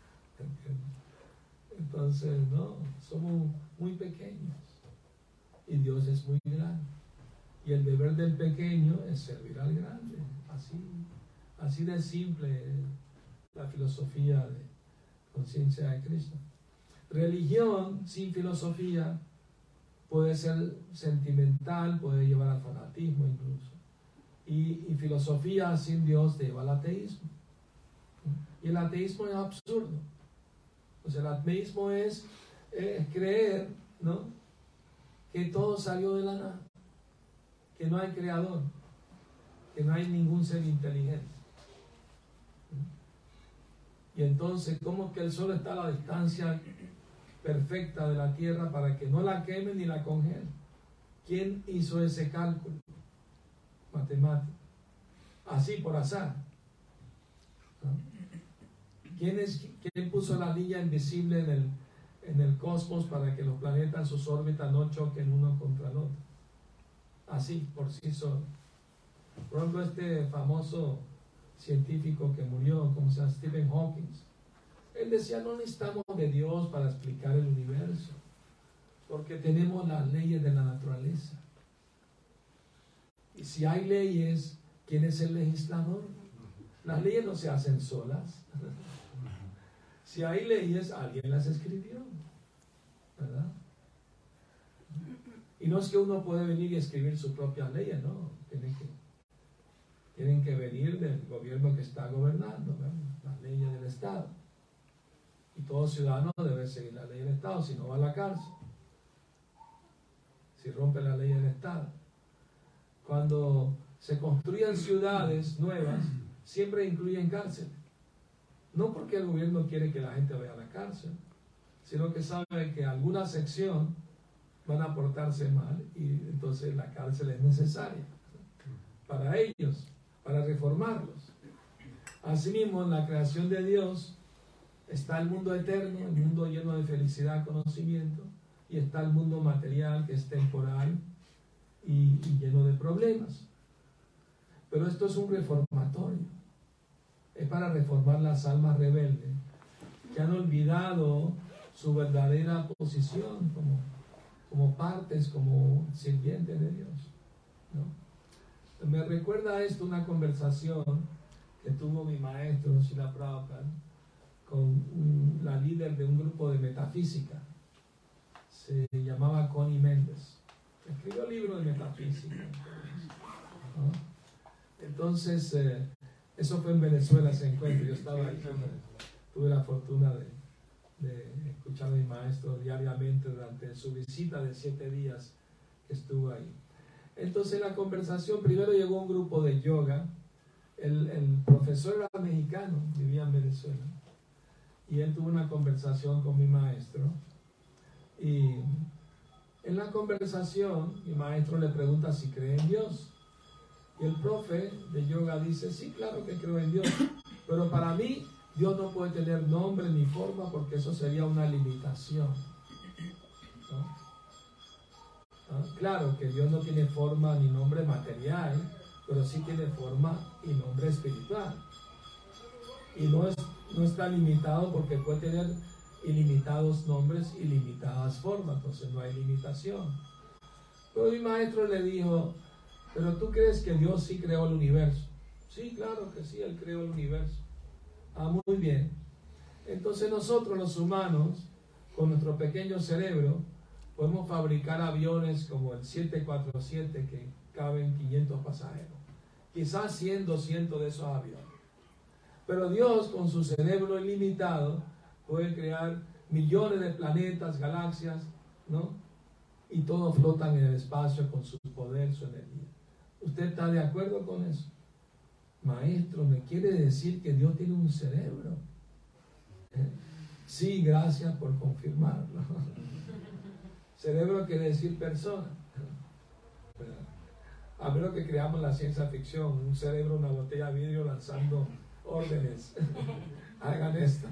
Entonces, no, somos muy pequeños y Dios es muy grande. Y el deber del pequeño es servir al grande. Así, así de simple es la filosofía de conciencia de Krishna. Religión sin filosofía puede ser sentimental, puede llevar al fanatismo incluso. Y, y filosofía sin Dios te lleva al ateísmo. Y el ateísmo es absurdo. O sea, el ateísmo es, es creer, ¿no?, que todo salió de la nada, que no hay creador, que no hay ningún ser inteligente. Y entonces, ¿cómo que el sol está a la distancia perfecta de la Tierra para que no la quemen ni la congelen? ¿Quién hizo ese cálculo matemático? Así, por azar. ¿No? ¿Quién, es, ¿Quién puso la línea invisible en el, en el cosmos para que los planetas en sus órbitas no choquen uno contra el otro? Así, por sí solo. Por ejemplo, este famoso científico que murió, como se llama, Stephen Hawking, él decía: no necesitamos de Dios para explicar el universo, porque tenemos las leyes de la naturaleza. Y si hay leyes, ¿quién es el legislador? Las leyes no se hacen solas. Si hay leyes, alguien las escribió, ¿verdad? Y no es que uno puede venir y escribir sus propias leyes, no. Tienen que, tienen que venir del gobierno que está gobernando, ¿verdad? Las leyes del Estado. Y todo ciudadano debe seguir la ley del Estado, si no va a la cárcel. Si rompe la ley del Estado. Cuando se construyan ciudades nuevas, siempre incluyen cárceles. No porque el gobierno quiere que la gente vaya a la cárcel, sino que sabe que alguna sección van a portarse mal y entonces la cárcel es necesaria para ellos, para reformarlos. Asimismo, en la creación de Dios está el mundo eterno, el mundo lleno de felicidad, conocimiento, y está el mundo material que es temporal y, y lleno de problemas. Pero esto es un reformatorio, es para reformar las almas rebeldes que han olvidado su verdadera posición como, como partes, como sirvientes de Dios, ¿no? Me recuerda esto una conversación que tuvo mi maestro Srila Prabhupada con un, la líder de un grupo de metafísica. Se llamaba Connie Méndez. Escribió libros de metafísica, ¿no? Entonces, eh, eso fue en Venezuela ese encuentro. Yo estaba ahí, tuve la fortuna de, de escuchar a mi maestro diariamente durante su visita de siete días que estuvo ahí. Entonces, la conversación, primero llegó un grupo de yoga. El, el profesor era mexicano, vivía en Venezuela, y él tuvo una conversación con mi maestro, y en la conversación mi maestro le pregunta si cree en Dios, y el profe de yoga dice, sí, claro que creo en Dios, pero para mí Dios no puede tener nombre ni forma porque eso sería una limitación, ¿no? ¿No? Claro que Dios no tiene forma ni nombre material, pero sí tiene forma y nombre espiritual. Y no, es, no está limitado porque puede tener ilimitados nombres, ilimitadas formas, entonces no hay limitación. Pero mi maestro le dijo, pero tú crees que Dios sí creó el universo. Sí, claro que sí, Él creó el universo. Ah, muy bien. Entonces nosotros los humanos, con nuestro pequeño cerebro, podemos fabricar aviones como el siete cuatro siete que caben quinientos pasajeros. Quizás cien, doscientos de esos aviones. Pero Dios, con su cerebro ilimitado, puede crear millones de planetas, galaxias, ¿no? Y todos flotan en el espacio con su poder, su energía. ¿Usted está de acuerdo con eso? Maestro, ¿me quiere decir que Dios tiene un cerebro? ¿Eh? Sí, gracias por confirmarlo. Cerebro quiere decir persona. A menos que creamos la ciencia ficción, un cerebro, una botella de vidrio lanzando órdenes. Hagan esto.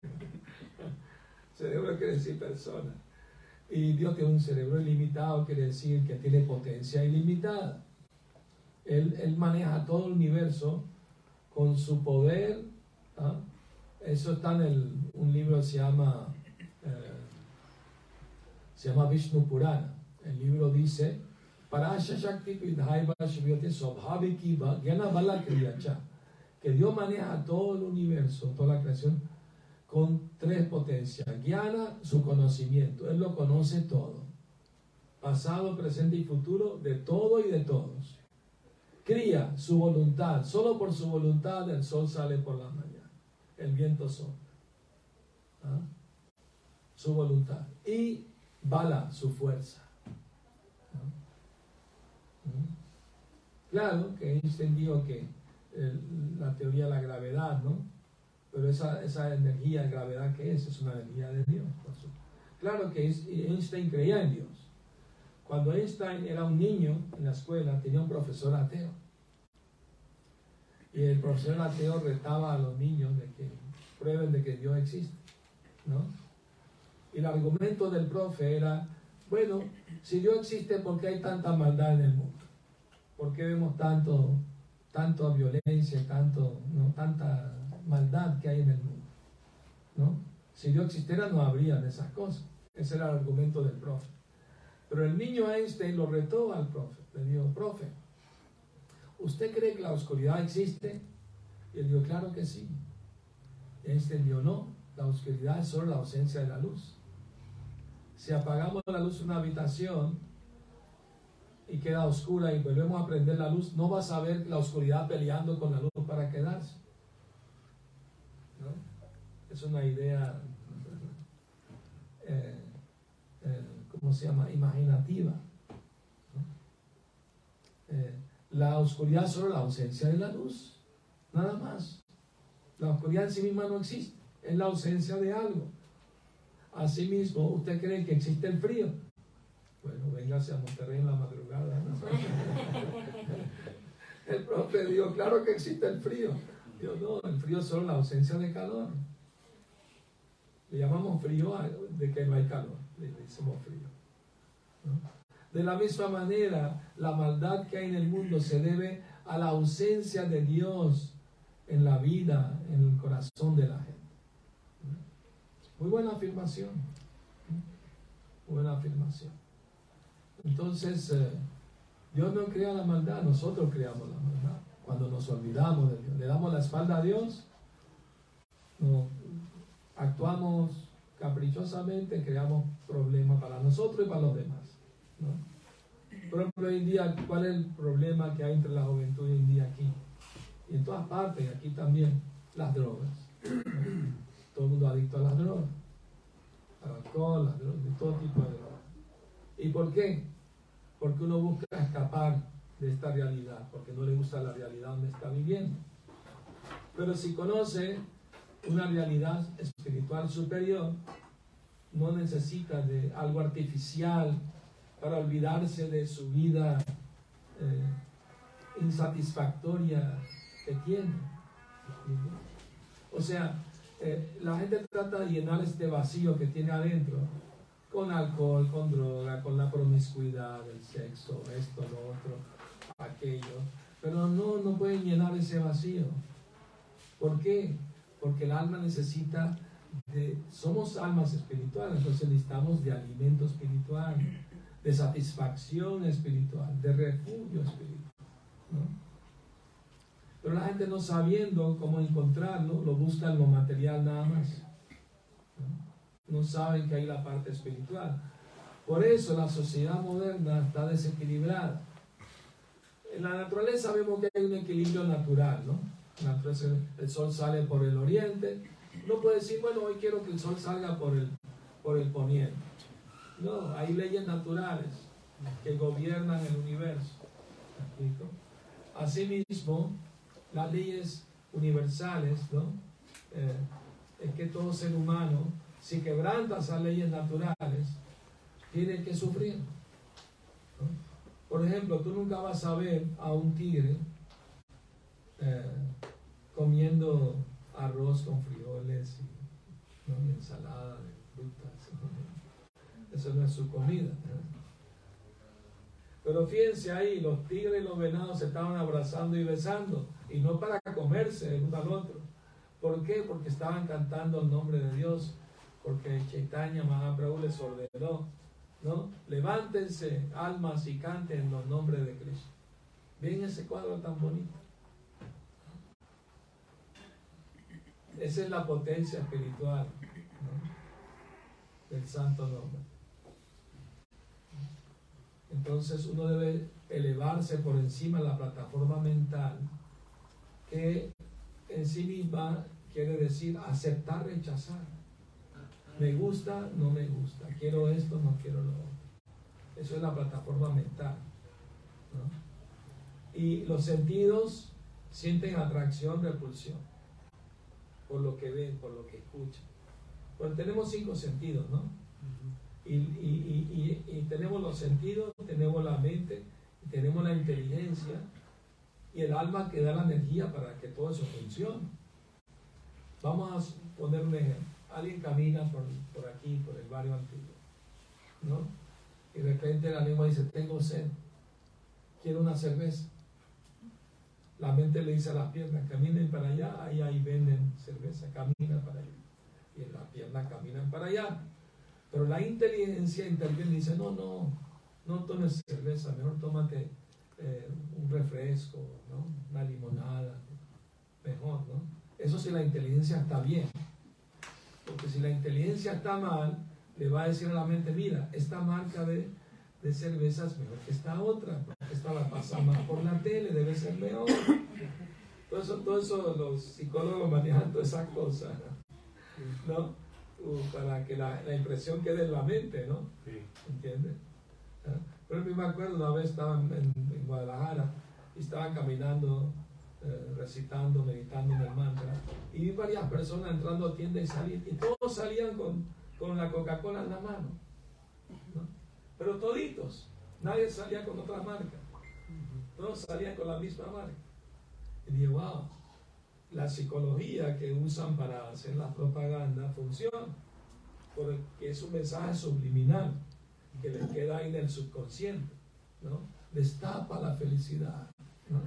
Cerebro quiere decir persona. Y Dios tiene un cerebro ilimitado, quiere decir que tiene potencia ilimitada. Él, él maneja todo el universo con su poder. ¿Ah? Eso está en el, un libro que se llama, eh, se llama Vishnu Purana. El libro dice, que Dios maneja todo el universo, toda la creación, con tres potencias. Jnana, su conocimiento. Él lo conoce todo. Pasado, presente y futuro, de todo y de todos. Kriya, su voluntad. Solo por su voluntad el sol sale por la mañana. El viento sopla. ¿Ah? Su voluntad. Y Bala, su fuerza. Claro que Einstein dijo que eh, la teoría de la gravedad, ¿no? Pero esa, esa energía de gravedad, ¿qué es? Es una energía de Dios. Claro que Einstein creía en Dios. Cuando Einstein era un niño en la escuela, tenía un profesor ateo. Y el profesor ateo retaba a los niños de que prueben de que Dios existe, ¿no? Y el argumento del profe era, bueno, si Dios existe, ¿por qué hay tanta maldad en el mundo? ¿Por qué vemos tanto, tanto violencia, tanto, ¿no? tanta maldad que hay en el mundo? ¿No? Si Dios existiera no habrían esas cosas. Ese era el argumento del profe. Pero el niño Einstein lo retó al profe. Le dijo, profe, ¿usted cree que la oscuridad existe? Y él dijo, claro que sí. Y Einstein dijo, no, la oscuridad es solo la ausencia de la luz. Si apagamos la luz en una habitación y queda oscura y volvemos a prender la luz, no vas a ver la oscuridad peleando con la luz para quedarse, ¿no? Es una idea, eh, eh, ¿cómo se llama? Imaginativa, ¿no? Eh, la oscuridad es solo la ausencia de la luz, nada más. La oscuridad en sí misma no existe, es la ausencia de algo. Asimismo, ¿usted cree que existe el frío? Bueno, véngase a Monterrey en la madrugada, ¿no? El profe dijo, claro que existe el frío. Yo, no, el frío es solo la ausencia de calor. Le llamamos frío de que no hay calor, le decimos frío, ¿no? De la misma manera, la maldad que hay en el mundo se debe a la ausencia de Dios en la vida, en el corazón de la gente. Muy buena afirmación. Muy buena afirmación. Entonces, eh, Dios no crea la maldad, nosotros creamos la maldad. Cuando nos olvidamos de Dios, le damos la espalda a Dios, no, actuamos caprichosamente, creamos problemas para nosotros y para los demás, ¿no? Por ejemplo, hoy en día, ¿cuál es el problema que hay entre la juventud hoy en día aquí? Y en todas partes, y aquí también, las drogas. Todo el mundo adicto a las drogas, al alcohol, las drogas, de todo tipo de drogas. ¿Y por qué? Porque uno busca escapar de esta realidad, porque no le gusta la realidad donde está viviendo. Pero si conoce una realidad espiritual superior, no necesita de algo artificial para olvidarse de su vida eh, insatisfactoria que tiene. O sea, eh, la gente trata de llenar este vacío que tiene adentro con alcohol, con droga, con la promiscuidad, el sexo, esto, lo otro, aquello. Pero no, no pueden llenar ese vacío. ¿Por qué? Porque el alma necesita de... Somos almas espirituales, entonces necesitamos de alimento espiritual, de satisfacción espiritual, de refugio espiritual, ¿no? Pero la gente, no sabiendo cómo encontrarlo, lo busca en lo material nada más, ¿no? No saben que hay la parte espiritual. Por eso la sociedad moderna está desequilibrada. En la naturaleza vemos que hay un equilibrio natural, ¿no? En la naturaleza, el sol sale por el oriente. No puede decir, bueno, hoy quiero que el sol salga por el, por el poniente. No, hay leyes naturales que gobiernan el universo. Asimismo, las leyes universales, ¿no? Eh, es que todo ser humano, si quebranta esas leyes naturales, tiene que sufrir, ¿no? Por ejemplo, tú nunca vas a ver a un tigre eh, comiendo arroz con frijoles y, ¿no? y ensalada de frutas, ¿no? Eso no es su comida, ¿no? Pero fíjense ahí, los tigres y los venados se estaban abrazando y besando, y no para comerse el uno al otro. ¿Por qué? Porque estaban cantando el nombre de Dios, porque Chaitanya Mahaprabhu les ordenó, ¿no? Levántense, almas, y canten los nombres de Cristo. ¿Ven ese cuadro tan bonito? Esa es la potencia espiritual, ¿no? del santo nombre. Entonces uno debe elevarse por encima de la plataforma mental, que en sí misma quiere decir aceptar, rechazar. Me gusta, no me gusta. Quiero esto, no quiero lo otro. Eso es la plataforma mental, ¿no? Y los sentidos sienten atracción, repulsión, por lo que ven, por lo que escuchan. Bueno, tenemos cinco sentidos, ¿no? Y, y, y, y tenemos los sentidos, tenemos la mente, y tenemos la inteligencia y el alma que da la energía para que todo eso funcione. Vamos a poner un ejemplo. Alguien camina por, por aquí, por el barrio antiguo, ¿no? Y de repente la lengua dice, tengo sed, quiero una cerveza. La mente le dice a las piernas, caminen para allá, ahí, ahí venden cerveza, camina para allá. Y las piernas caminan para allá. Pero la inteligencia interviene y dice, no, no, no tomes cerveza, mejor tómate eh, un refresco, ¿no? Una limonada, mejor, ¿no? Eso si la inteligencia está bien. Porque si la inteligencia está mal, le va a decir a la mente, mira, esta marca de, de cerveza es mejor que esta otra, porque esta la pasa más por la tele, debe ser mejor. Todo eso, todo eso los psicólogos manejan todas esas cosas, ¿no? Uh, para que la, la impresión quede en la mente, ¿no? Sí. ¿Entiendes? ¿Ah? Pero yo me acuerdo, una vez estaba en, en Guadalajara y estaba caminando, eh, recitando, meditando en el mantra, y vi varias personas entrando a tiendas y salir, y todos salían con, con la Coca-Cola en la mano, ¿no? pero toditos, nadie salía con otra marca, todos salían con la misma marca. Y dije, wow, la psicología que usan para hacer la propaganda funciona, porque es un mensaje subliminal que les queda ahí en el subconsciente, ¿no? Destapa la felicidad, ¿no?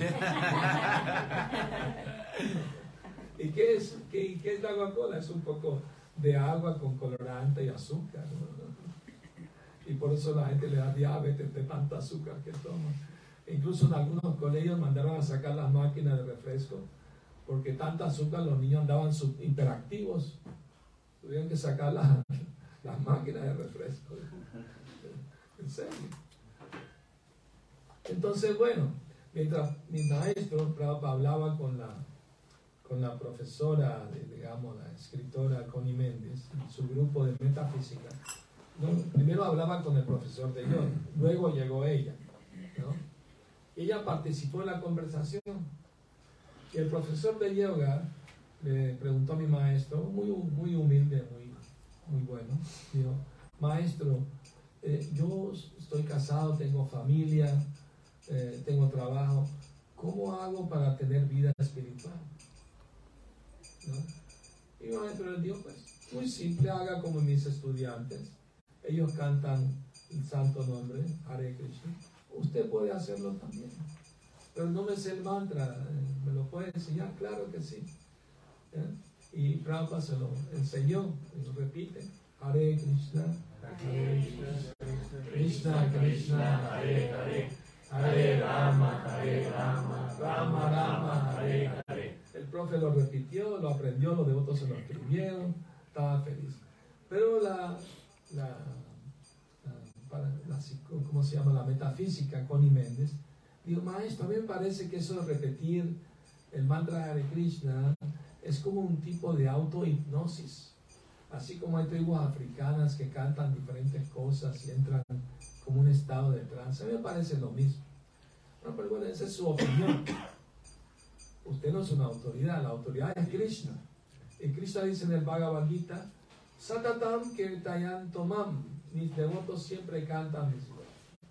¿Y qué es, qué, qué es la Coca-Cola? Es un poco de agua con colorante y azúcar, ¿no? Y por eso la gente le da diabetes de tanta azúcar que toma. E incluso en algunos colegios mandaron a sacar las máquinas de refresco porque tanta azúcar, los niños andaban hiperactivos, tuvieron que sacar la, las máquinas de refresco. En serio. Entonces, bueno, mientras mi maestro hablaba con la con la profesora, digamos, la escritora Connie Méndez, su grupo de metafísica, ¿no? Primero hablaba con el profesor de yoga, luego llegó ella, ¿no? Ella participó en la conversación y el profesor de yoga le preguntó a mi maestro, muy, muy humilde, muy, muy bueno, dijo, maestro, eh, yo estoy casado, tengo familia, eh, tengo trabajo, ¿cómo hago para tener vida espiritual? ¿No? Y mi maestro le dijo, pues, muy simple, haga como mis estudiantes, ellos cantan el santo nombre, Hare Krishna, usted puede hacerlo también, pero no me sé el mantra, ¿me lo puede enseñar? Claro que sí. ¿Eh? Y Prabhupada se lo enseñó, y lo repite, Hare Krishna, Hare Krishna, Krishna Krishna, Hare Hare, Hare Rama, Hare Rama, Rama Rama, Hare Hare. El profe lo repitió, lo aprendió, los devotos se lo escribieron, estaba feliz. Pero la, la, la, para, la ¿cómo se llama? La metafísica, Connie Méndez, dijo, maestro, a mí me parece que eso de repetir el mantra Hare Krishna es como un tipo de autohipnosis. Así como hay tribus africanas que cantan diferentes cosas y entran como un estado de trance. A mí me parece lo mismo. No, pero bueno, esa es su opinión. Usted no es una autoridad, la autoridad es Krishna. Y Krishna dice en el Bhagavad Gita, Satatam Kirtayantomam, mis devotos siempre cantan mis voces.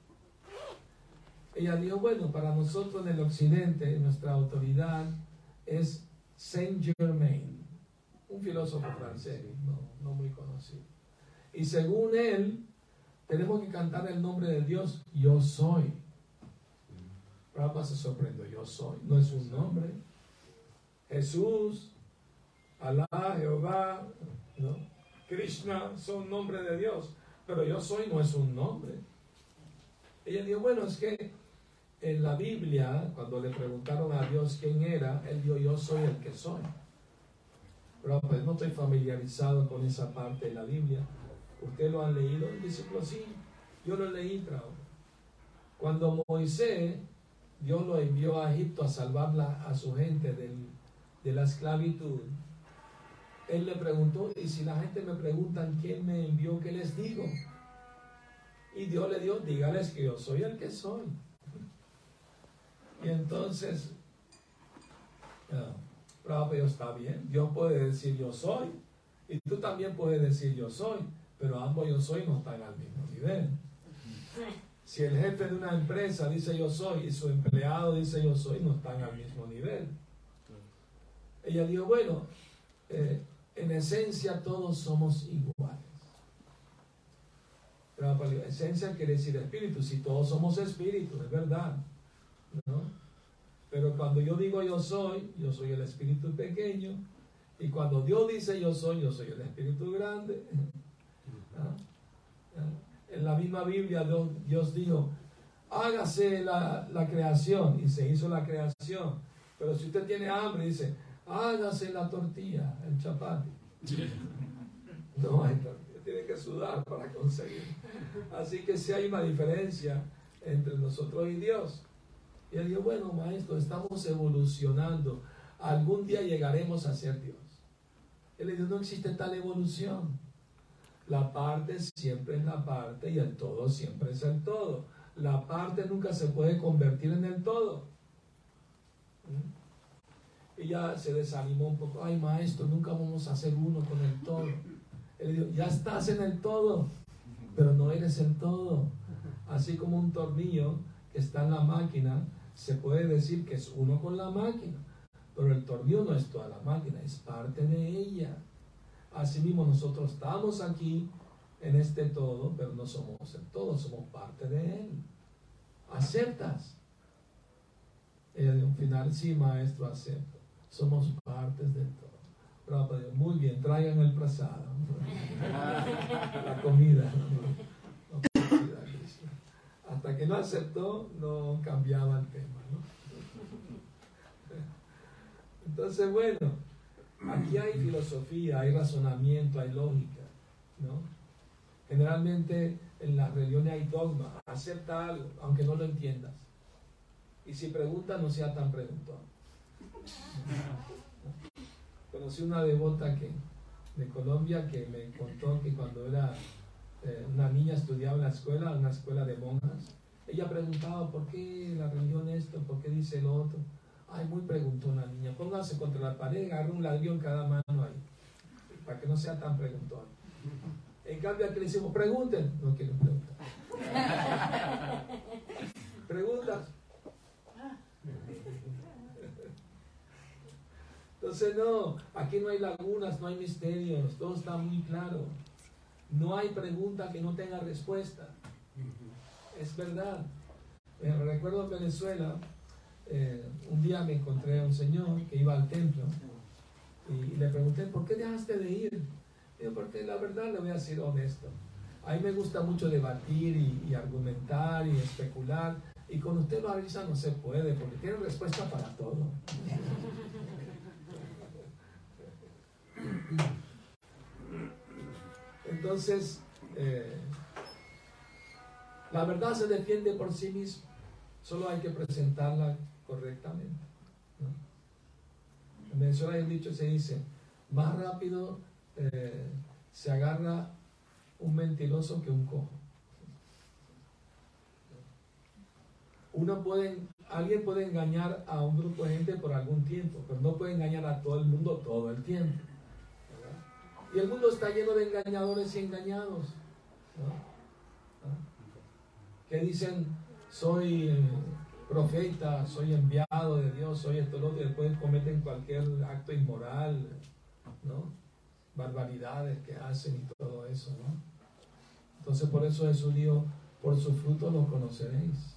Ella dijo, bueno, para nosotros en el occidente, nuestra autoridad es Saint Germain, un filósofo francés, no, no muy conocido. Y según él, tenemos que cantar el nombre de Dios, yo soy. Prabhupada se sorprendió, yo soy, no es un nombre. Jesús, Alá, Jehová, ¿no? Krishna son nombres de Dios, pero yo soy no es un nombre. Ella dijo, bueno, es que en la Biblia, cuando le preguntaron a Dios quién era, él dijo, yo soy el que soy. Pero pues no estoy familiarizado con esa parte de la Biblia. ¿Usted lo han leído? El discípulo, sí, yo lo leí, Prabhupada. Cuando Moisés, Dios lo envió a Egipto a salvar a su gente del, de la esclavitud, él le preguntó, y si la gente me preguntan quién me envió, ¿qué les digo? Y Dios le dijo, dígales que yo soy el que soy. Y entonces, uh, Prabhupada, está bien, Dios puede decir yo soy, y tú también puedes decir yo soy, pero ambos yo soy no están al mismo nivel. Si el jefe de una empresa dice yo soy y su empleado dice yo soy, no están al mismo nivel. Ella dijo, bueno, eh, en esencia todos somos iguales. Pero esencia quiere decir espíritu, si todos somos espíritu, es verdad, ¿no? Pero cuando yo digo yo soy, yo soy el espíritu pequeño, y cuando Dios dice yo soy, yo soy el espíritu grande. ¿Ah? En la misma Biblia Dios, Dios dijo, hágase la, la creación, y se hizo la creación. Pero si usted tiene hambre, dice, hágase la tortilla, el chapati. No hay tortilla, tiene que sudar para conseguir. Así que sí hay una diferencia entre nosotros y Dios. Y él dijo, bueno, maestro, estamos evolucionando. Algún día llegaremos a ser Dios. Él le dijo, no existe tal evolución. La parte siempre es la parte y el todo siempre es el todo. La parte nunca se puede convertir en el todo. Y ya se desanimó un poco. Ay, maestro, nunca vamos a ser uno con el todo. Él le dijo, ya estás en el todo. pero no eres el todo. Así como un tornillo que está en la máquina, se puede decir que es uno con la máquina, pero el tornillo no es toda la máquina, es parte de ella. Asimismo, nosotros estamos aquí en este todo, pero no somos el todo, somos parte de él. ¿Aceptas? Ella de un final, sí, maestro, acepto. Somos partes del todo. Bravo, Dios. Muy bien, traigan el prasada, la comida. Hasta que no aceptó, no cambiaba el tema, ¿no? Entonces, bueno, aquí hay filosofía, hay razonamiento, hay lógica, ¿no? Generalmente en las religiones hay dogma. Acepta algo, aunque no lo entiendas. Y si pregunta, no sea tan preguntón. Conocí una devota que, de Colombia que me contó que cuando era eh, una niña estudiaba en la escuela, una escuela de monjas, ella preguntaba por qué la religión esto, por qué dice lo otro. Ay, muy preguntona niña, póngase contra la pared, agarre un ladrillo en cada mano ahí, para que no sea tan preguntón. En cambio aquí le decimos, pregunten, no quieren preguntar. Preguntas. Entonces no, aquí no hay lagunas, no hay misterios, todo está muy claro. No hay pregunta que no tenga respuesta. Es verdad. Me recuerdo en Venezuela, eh, un día me encontré a un señor que iba al templo y, y le pregunté, ¿por qué dejaste de ir? Digo, porque la verdad le voy a ser honesto. A mí me gusta mucho debatir y, y argumentar y especular, y con usted Marisa no se puede, porque tiene respuesta para todo. Entonces, eh, la verdad se defiende por sí misma, solo hay que presentarla correctamente, ¿no? En Venezuela hay un dicho, se dice, más rápido eh, se agarra un mentiroso que un cojo. Uno puede, alguien puede engañar a un grupo de gente por algún tiempo, pero no puede engañar a todo el mundo todo el tiempo, ¿verdad? Y el mundo está lleno de engañadores y engañados, ¿no? ¿no? Que dicen, soy eh, profeta, soy enviado de Dios, soy esto, lo otro, y después cometen cualquier acto inmoral, ¿no? Barbaridades que hacen y todo eso, ¿no? Entonces por eso Jesús dijo, por sus frutos los conoceréis.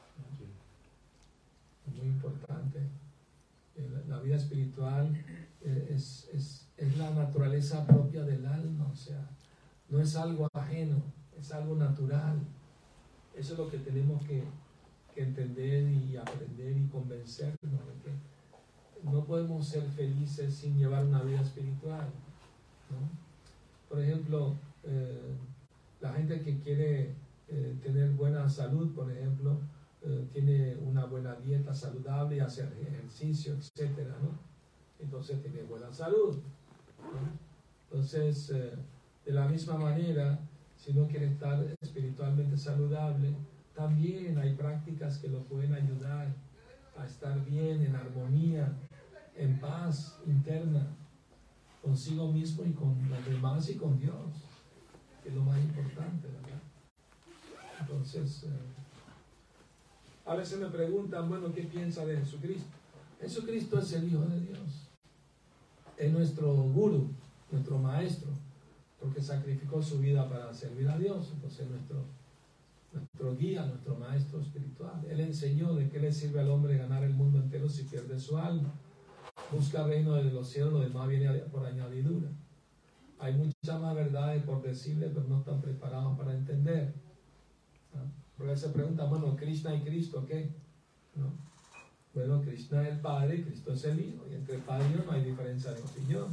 Muy importante. La vida espiritual es, es, es la naturaleza propia del alma, o sea, no es algo ajeno, es algo natural. Eso es lo que tenemos que, que entender y aprender y convencernos de que no podemos ser felices sin llevar una vida espiritual, ¿no? Por ejemplo, eh, la gente que quiere eh, tener buena salud, por ejemplo, eh, tiene una buena dieta saludable y hace ejercicio, etcétera, ¿no? Entonces tiene buena salud, ¿no? Entonces, eh, de la misma manera, si uno quiere estar espiritualmente saludable, también hay prácticas que lo pueden ayudar a estar bien, en armonía, en paz interna, consigo mismo y con los demás y con Dios, que es lo más importante, ¿verdad? Entonces, eh, a veces me preguntan, bueno, ¿qué piensa de Jesucristo? Jesucristo es el Hijo de Dios, es nuestro gurú, nuestro maestro, porque sacrificó su vida para servir a Dios. Entonces nuestro, nuestro guía, nuestro maestro espiritual. Él enseñó de qué le sirve al hombre ganar el mundo entero si pierde su alma. Busca el reino de los cielos, lo demás viene por añadidura. Hay muchas más verdades por decirle, pero no están preparados para entender, ¿no? Porque se pregunta, bueno, Krishna y Cristo, ¿qué? ¿No? Bueno, Krishna es el Padre y Cristo es el Hijo, y entre Padre y Hijo no hay diferencia de opinión,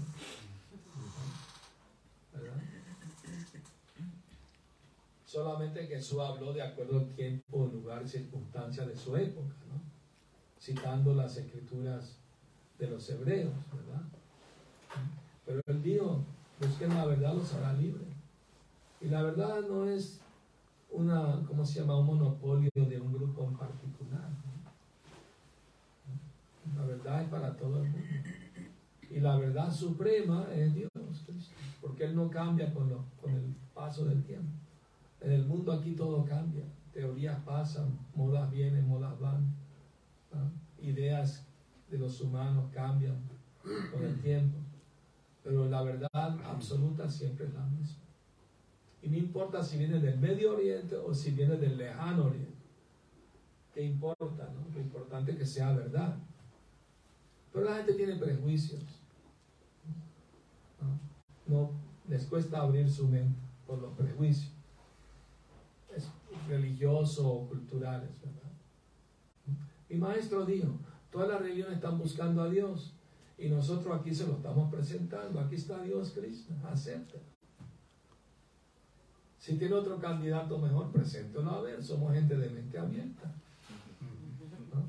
¿verdad? Solamente que Jesús habló de acuerdo al tiempo, lugar y circunstancia de su época, ¿no? Citando las escrituras de los hebreos, ¿verdad? Pero él dijo, busquen la verdad, los hará libres. Y la verdad no es una, ¿cómo se llama? Un monopolio de un grupo en particular, ¿no? La verdad es para todo el mundo. Y la verdad suprema es Dios, Cristo, porque Él no cambia con, lo, con el paso del tiempo. En el mundo aquí todo cambia, teorías pasan, modas vienen, modas van, ¿no? Ideas de los humanos cambian con el tiempo, pero la verdad absoluta siempre es la misma. Y no importa si viene del Medio Oriente o si viene del Lejano Oriente. ¿Qué importa, no? Lo importante es que sea verdad. Pero la gente tiene prejuicios. No, no les cuesta abrir su mente por los prejuicios. Es religioso o culturales, ¿verdad? Mi maestro dijo, todas las religiones están buscando a Dios y nosotros aquí se lo estamos presentando. Aquí está Dios, Krishna, acéptalo. Si tiene otro candidato mejor, preséntelo a ver, somos gente de mente abierta, ¿no?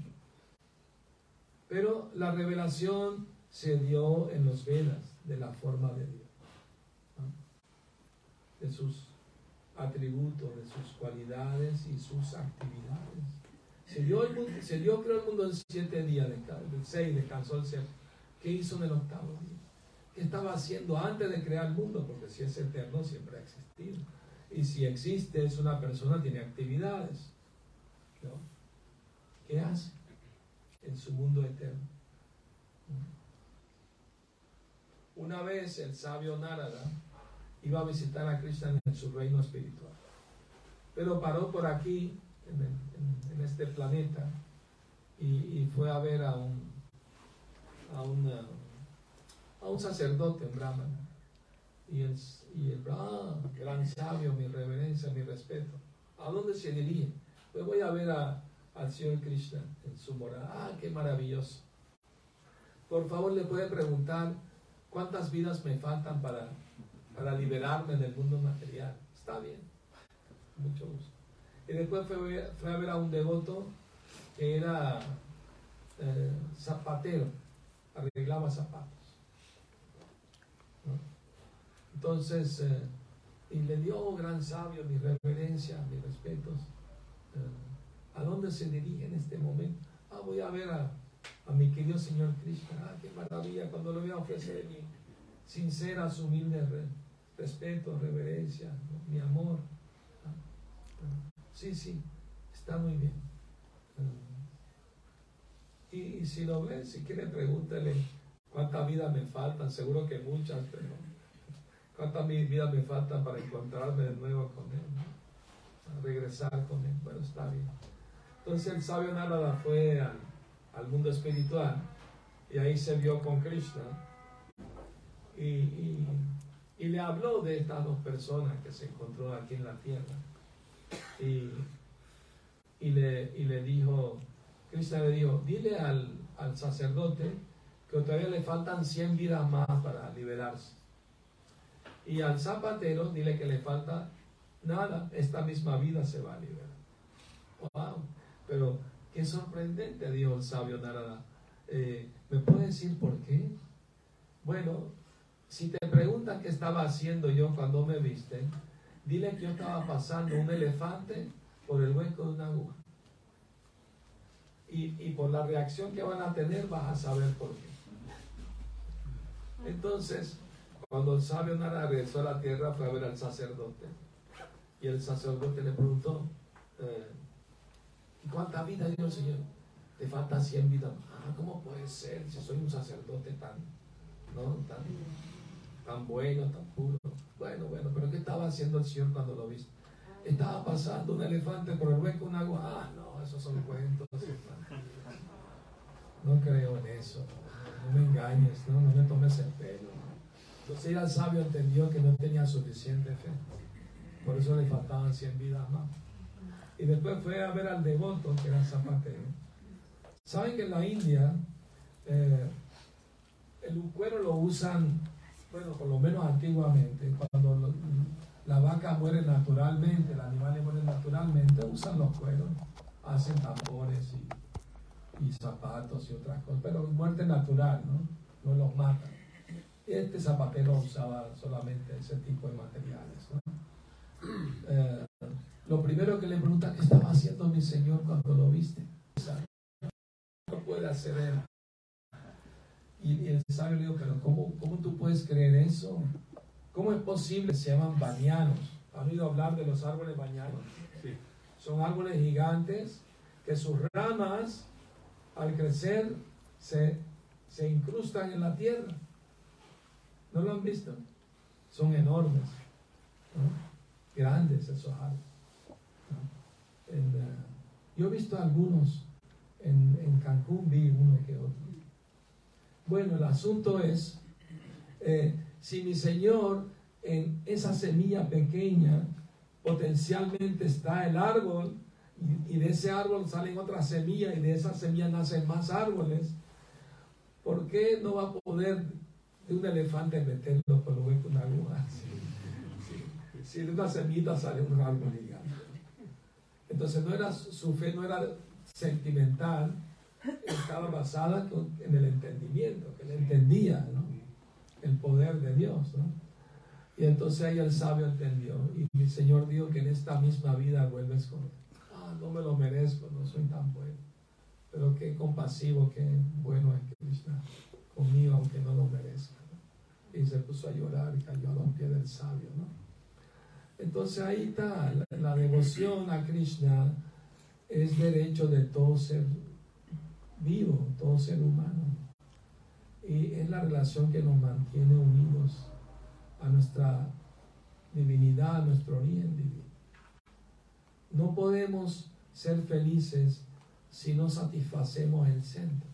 Pero la revelación se dio en los Vedas de la forma de Dios, ¿no? De sus atributos, de sus cualidades y sus actividades. Se dio, el mundo, se dio creo el mundo en siete días, de seis descansó el séptimo. ¿Qué hizo en el octavo día? ¿Qué estaba haciendo antes de crear el mundo? Porque si es eterno siempre ha existido. Y si existe, es una persona, tiene actividades, ¿no? ¿Qué hace en su mundo eterno? Una vez el sabio Narada iba a visitar a Krishna en su reino espiritual, pero paró por aquí, en, el, en, en este planeta, y, y fue a ver a un, a, una, a un sacerdote, un brahmana. Y el, y el ah, gran sabio, mi reverencia, mi respeto. ¿A dónde se dirige? Pues voy a ver a, al Señor Krishna en su morada. Ah, qué maravilloso. Por favor, le puede preguntar cuántas vidas me faltan para, para liberarme del mundo material. Está bien, mucho gusto. Y después fue, fue a ver a un devoto que era eh, zapatero, arreglaba zapatos, ¿no? Entonces, eh, y le dio, oh, gran sabio, mi reverencia, mis respetos. Eh, ¿A dónde se dirige en este momento? Ah, voy a ver a, a mi querido Señor Krishna. Ah, qué maravilla, cuando le voy a ofrecer mi sinceras, humildes re, respeto, reverencia, ¿no? Mi amor. Ah, ah, sí, sí, está muy bien. Eh, y, y si lo ven, si quieren, pregúntele cuántas vidas me faltan, seguro que muchas, pero ¿cuántas vidas me faltan para encontrarme de nuevo con Él, ¿no? A regresar con Él. Bueno, está bien. Entonces el sabio Narada fue al, al mundo espiritual y ahí se vio con Krishna y, y, y le habló de estas dos personas que se encontró aquí en la tierra. Y, y, le, y le dijo, Krishna le dijo, dile al, al sacerdote que todavía le faltan cien vidas más para liberarse. Y al zapatero, dile que le falta nada, esta misma vida se va a liberar. Wow, pero qué sorprendente, dijo el sabio Narada. Eh, ¿Me puede decir por qué? Bueno, si te preguntan qué estaba haciendo yo cuando me viste, dile que yo estaba pasando un elefante por el hueco de una aguja. Y, y por la reacción que van a tener vas a saber por qué. Entonces, cuando el sabio Narada regresó a la tierra, fue a ver al sacerdote. Y el sacerdote le preguntó, eh, ¿cuántas vidas dio el Señor? Te faltan cien vidas. Ah, ¿cómo puede ser si soy un sacerdote tan, ¿no? tan, tan bueno, tan puro? Bueno, bueno, pero ¿qué estaba haciendo el Señor cuando lo viste? Estaba pasando un elefante por el hueco, un agua. Ah, no, esos son cuentos. No creo en eso. No me engañes, no, no me tomes el pelo. Entonces ya el sabio entendió que no tenía suficiente fe. Por eso le faltaban cien vidas más. Y después fue a ver al devoto, que era zapatero. Saben que en la India eh, el cuero lo usan, bueno, por lo menos antiguamente, cuando lo, la vaca muere naturalmente, el animal muere naturalmente, usan los cueros, hacen tambores y, y zapatos y otras cosas, pero muerte natural, ¿no? No los matan. Este zapatero usaba solamente ese tipo de materiales, ¿no? Eh, lo primero que le pregunta, ¿qué estaba haciendo mi Señor cuando lo viste? No puede hacer él. Y, y el sabio le dijo, pero ¿cómo, ¿cómo tú puedes creer eso? ¿Cómo es posible? Se llaman banianos. ¿Han oído hablar de los árboles bañanos? Sí. Son árboles gigantes que sus ramas, al crecer, se, se incrustan en la tierra. ¿No lo han visto? Son enormes, ¿no? Grandes esos árboles, ¿no? En, uh, yo he visto algunos en, en Cancún, vi uno que otro. Bueno, el asunto es, eh, si mi Señor en esa semilla pequeña potencialmente está el árbol, y, y de ese árbol salen otras semillas, y de esas semillas nacen más árboles, ¿por qué no va a poder de un elefante meterlo por lo menos con una aguja? Si, si, si de una semillita sale un árbol gigante. Entonces no era, su fe no era sentimental, estaba basada en el entendimiento, que él entendía, ¿no?, el poder de Dios, ¿no? Y entonces ahí el sabio entendió, y mi Señor dijo que en esta misma vida vuelves con él. Ah, no me lo merezco, no soy tan bueno, pero qué compasivo, qué bueno es Krishna conmigo, aunque no lo merezca, ¿no? Y se puso a llorar y cayó a los pies del sabio, ¿no? Entonces ahí está, la, la devoción a Krishna es derecho de todo ser vivo, todo ser humano, y es la relación que nos mantiene unidos a nuestra divinidad, a nuestro origen divino. No podemos ser felices si no satisfacemos el centro.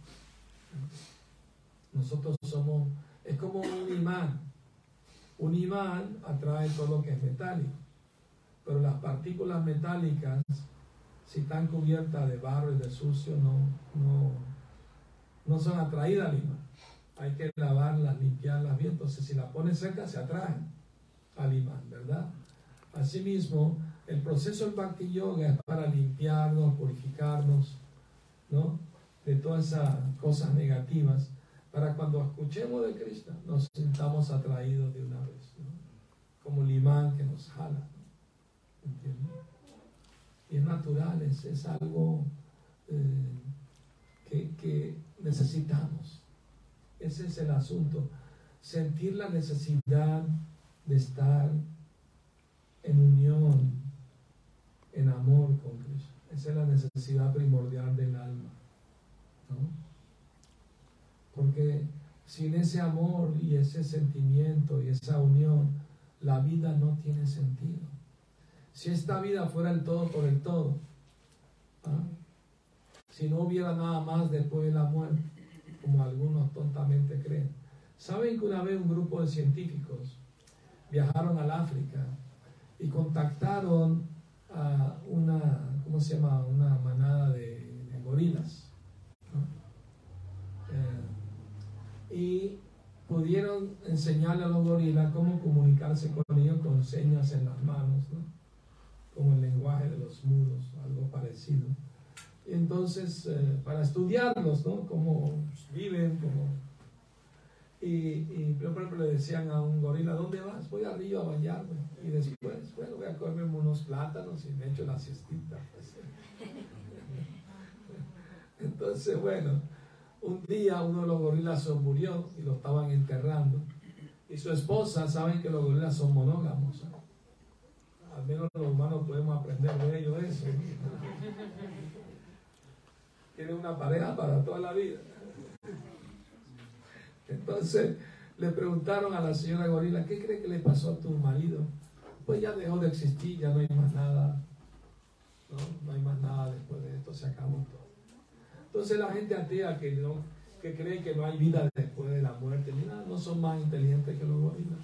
Nosotros somos, es como un imán. Un imán atrae todo lo que es metálico, pero las partículas metálicas, si están cubiertas de barro y de sucio, no, no, no son atraídas al imán. Hay que lavarlas, limpiarlas bien. Entonces, si las pones cerca, se atraen al imán, ¿verdad? Asimismo, el proceso del Bhakti Yoga es para limpiarnos, purificarnos, ¿no?, de todas esas cosas negativas, para cuando escuchemos de Krishna nos sintamos atraídos de una vez, ¿no?, como el imán que nos jala, ¿no? ¿Entiendes? Y es natural, es, es algo eh, que, que necesitamos. Ese es el asunto, sentir la necesidad de estar en unión, en amor con Krishna. Esa es la necesidad primordial del alma, ¿no? Porque sin ese amor y ese sentimiento y esa unión, la vida no tiene sentido. Si esta vida fuera el todo por el todo, ¿ah?, si no hubiera nada más después de la muerte, como algunos tontamente creen. ¿Saben que una vez un grupo de científicos viajaron al África y contactaron a una, ¿cómo se llama?, una manada de, de gorilas, ¿no? Eh, y pudieron enseñarle a los gorilas cómo comunicarse con ellos con señas en las manos, ¿no?, como el lenguaje de los mudos, algo parecido. Y entonces, eh, para estudiarlos, ¿no?, cómo viven, cómo... Y, y por ejemplo le decían a un gorila, ¿dónde vas? Voy al río a bañarme. Y después, bueno, voy a comerme unos plátanos y me echo la siestita. Entonces, bueno, un día uno de los gorilas se murió y lo estaban enterrando. Y su esposa, saben que los gorilas son monógamos, ¿no? Al menos los humanos podemos aprender de ellos eso, ¿no? Tienen una pareja para toda la vida. Entonces le preguntaron a la señora gorila, ¿qué cree que le pasó a tu marido? Pues ya dejó de existir, ya no hay más nada, no, no hay más nada después de esto, se acabó todo. Entonces la gente atea que no, que cree que no hay vida después de la muerte, ni nada, no son más inteligentes que los gorilas.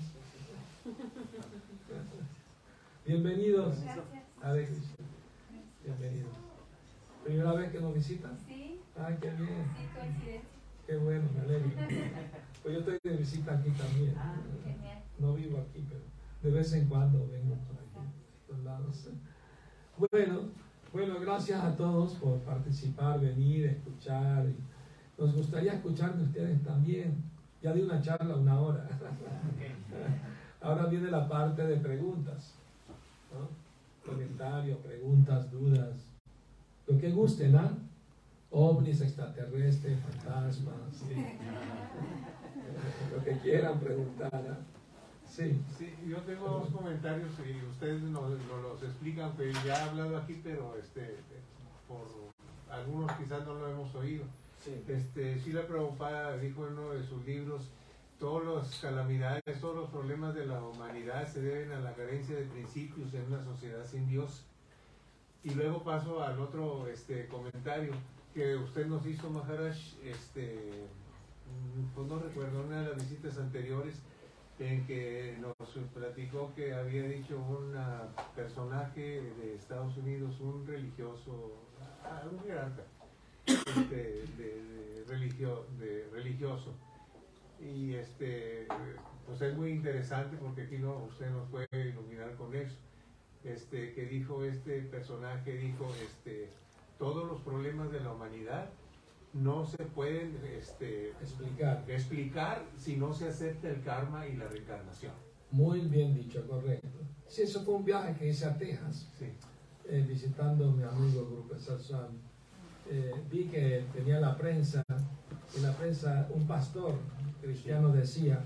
Bienvenidos. Hare Krishna. Bienvenidos. ¿Primera vez que nos visitan? Sí. Ay, qué bien. Sí, coincidencia. Qué bueno, me alegro. Pues yo estoy de visita aquí también. Ah, genial. No vivo aquí, pero de vez en cuando vengo por aquí, por estos lados. Bueno, bueno, gracias a todos por participar, venir, escuchar. Nos gustaría escuchar de ustedes también. Ya di una charla una hora. Ahora viene la parte de preguntas, ¿no? Comentarios, preguntas, dudas. Lo que gusten, ¿ah? Ovnis, extraterrestres, fantasmas, ¿sí? Lo que quieran preguntar, ¿ah? Sí. Sí, yo tengo dos comentarios y ustedes nos, nos los explican, pero ya he hablado aquí, pero este, por algunos quizás no lo hemos oído. Sí. Este, Srila Prabhupada dijo en uno de sus libros, todas las calamidades, todos los problemas de la humanidad se deben a la carencia de principios en una sociedad sin Dios. Y luego paso al otro este, comentario que usted nos hizo, Maharaj, este, pues no recuerdo, en una de las visitas anteriores, en que nos platicó que había dicho un personaje de Estados Unidos, un religioso, un jerarca este, de, de, religio, de religioso. Y este, pues es muy interesante porque aquí no, usted nos puede iluminar con eso. Este, que dijo este personaje, dijo, este, todos los problemas de la humanidad no se pueden este, explicar. explicar si no se acepta el karma y la reencarnación. Muy bien dicho, correcto. Sí, eso fue un viaje que hice a Texas, sí. eh, visitando a mi amigo Grupo Satsang. Eh, vi que tenía la prensa, en la prensa un pastor cristiano decía,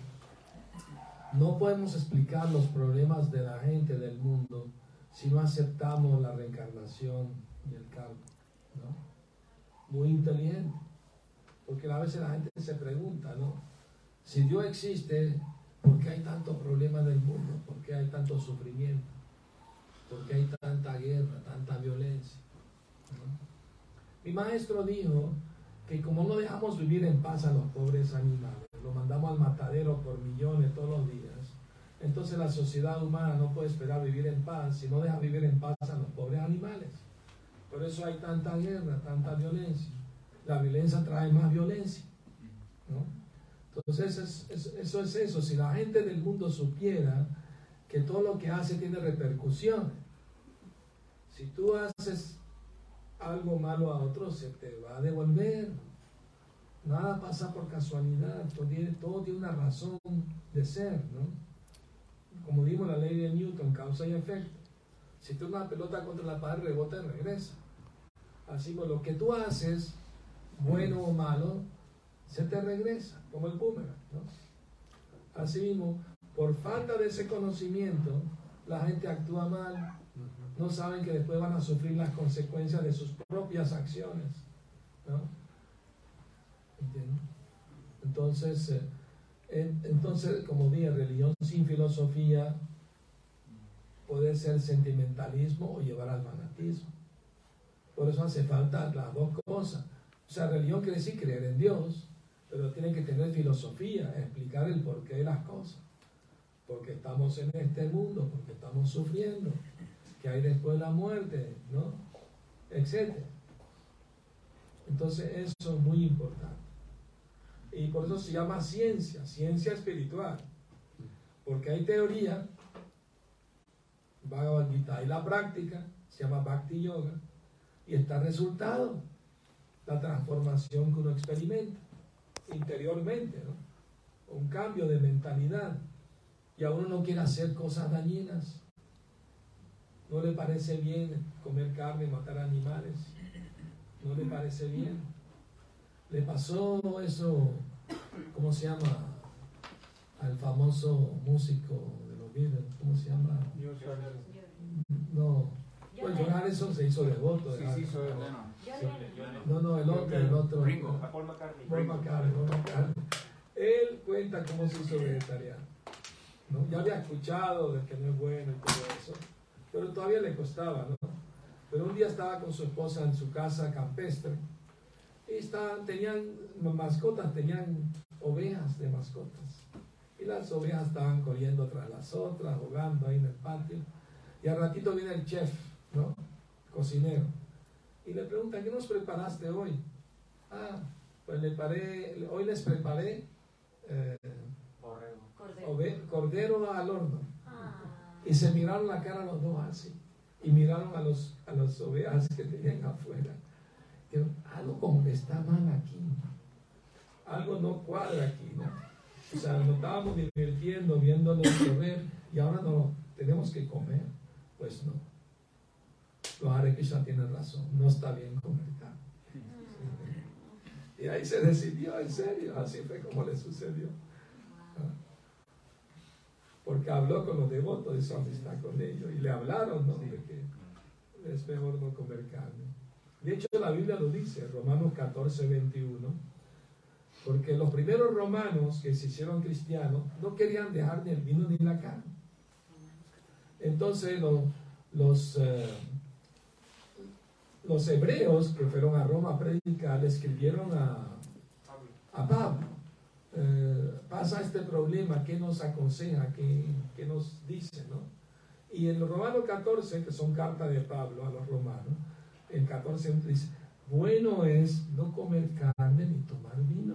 no podemos explicar los problemas de la gente del mundo si no aceptamos la reencarnación y el karma, ¿no? Muy inteligente, porque a veces la gente se pregunta, ¿no? Si Dios existe, ¿por qué hay tantos problemas en el mundo? ¿Por qué hay tanto sufrimiento? ¿Por qué hay tanta guerra, tanta violencia? ¿No? Mi maestro dijo que como no dejamos vivir en paz a los pobres animales, los mandamos al matadero por millones todos los días, entonces la sociedad humana no puede esperar vivir en paz si no deja vivir en paz a los pobres animales. Por eso hay tanta guerra, tanta violencia. La violencia trae más violencia, ¿no? Entonces es, es, eso es eso. Si la gente del mundo supiera que todo lo que hace tiene repercusiones, si tú haces algo malo a otro, se te va a devolver. Nada pasa por casualidad, todo tiene, todo tiene una razón de ser, ¿no? Como dimos la ley de Newton, causa y efecto. Si tú una pelota contra la pared, rebota y regresa. Así que lo que tú haces, bueno o malo, se te regresa, como el boomerang, ¿no? Así mismo, por falta de ese conocimiento, la gente actúa mal, no saben que después van a sufrir las consecuencias de sus propias acciones, ¿no? ¿Entiendes? Entonces, eh, en, entonces, como dije, religión sin filosofía puede ser sentimentalismo o llevar al fanatismo. Por eso hace falta las dos cosas. O sea, religión quiere decir creer en Dios, pero tiene que tener filosofía, explicar el porqué de las cosas. Porque estamos en este mundo, porque estamos sufriendo, que hay después de la muerte, ¿no? Etcétera. Entonces eso es muy importante. Y por eso se llama ciencia, ciencia espiritual. Porque hay teoría, Bhagavad Gita, y la práctica se llama Bhakti Yoga, y está el resultado, la transformación que uno experimenta interiormente, ¿no? Un cambio de mentalidad. Y a uno no quiere hacer cosas dañinas. No le parece bien comer carne, matar animales. No le parece bien. Le pasó eso, ¿cómo se llama? Al famoso músico de los Beatles, ¿cómo se llama? No, pues llorar eso se hizo devoto. Sí, sí, hizo devoto. No, no, el otro, el otro. Ringo, Paul McCartney. Paul McCartney, Paul McCartney. Él cuenta cómo se hizo vegetariano, ¿no? Ya había escuchado de que no es bueno y todo eso, pero todavía le costaba, ¿no? Pero un día estaba con su esposa en su casa campestre y estaban, tenían mascotas, tenían ovejas de mascotas. Y las ovejas estaban corriendo tras las otras, jugando ahí en el patio. Y al ratito viene el chef, ¿no? Cocinero. Y le pregunta, ¿qué nos preparaste hoy? Ah, pues le paré, hoy les preparé eh, ove, cordero al horno. Ah. Y se miraron la cara los dos así. Y miraron a los a las ovejas que tenían afuera. Y dijeron, algo como que está mal aquí. Algo no cuadra aquí, ¿no? O sea, nos estábamos divirtiendo, viéndolos correr, y ahora no, tenemos que comer. Pues no. Los Hare Krishna tienen razón, no está bien comer carne. Sí. Y ahí se decidió, en serio, así fue como le sucedió. porque habló con los devotos de su amistad con ellos y le hablaron, ¿no? De que es mejor no comer carne. De hecho, la Biblia lo dice, Romanos catorce, veintiuno, porque los primeros romanos que se hicieron cristianos no querían dejar ni el vino ni la carne. Entonces los, los, eh, los hebreos que fueron a Roma a predicar le escribieron a, a Pablo. Eh, pasa este problema, ¿qué nos aconseja? ¿Qué, qué nos dice? ¿No? Y en los Romanos catorce, que son cartas de Pablo a los romanos, en catorce dice, bueno es no comer carne ni tomar vino,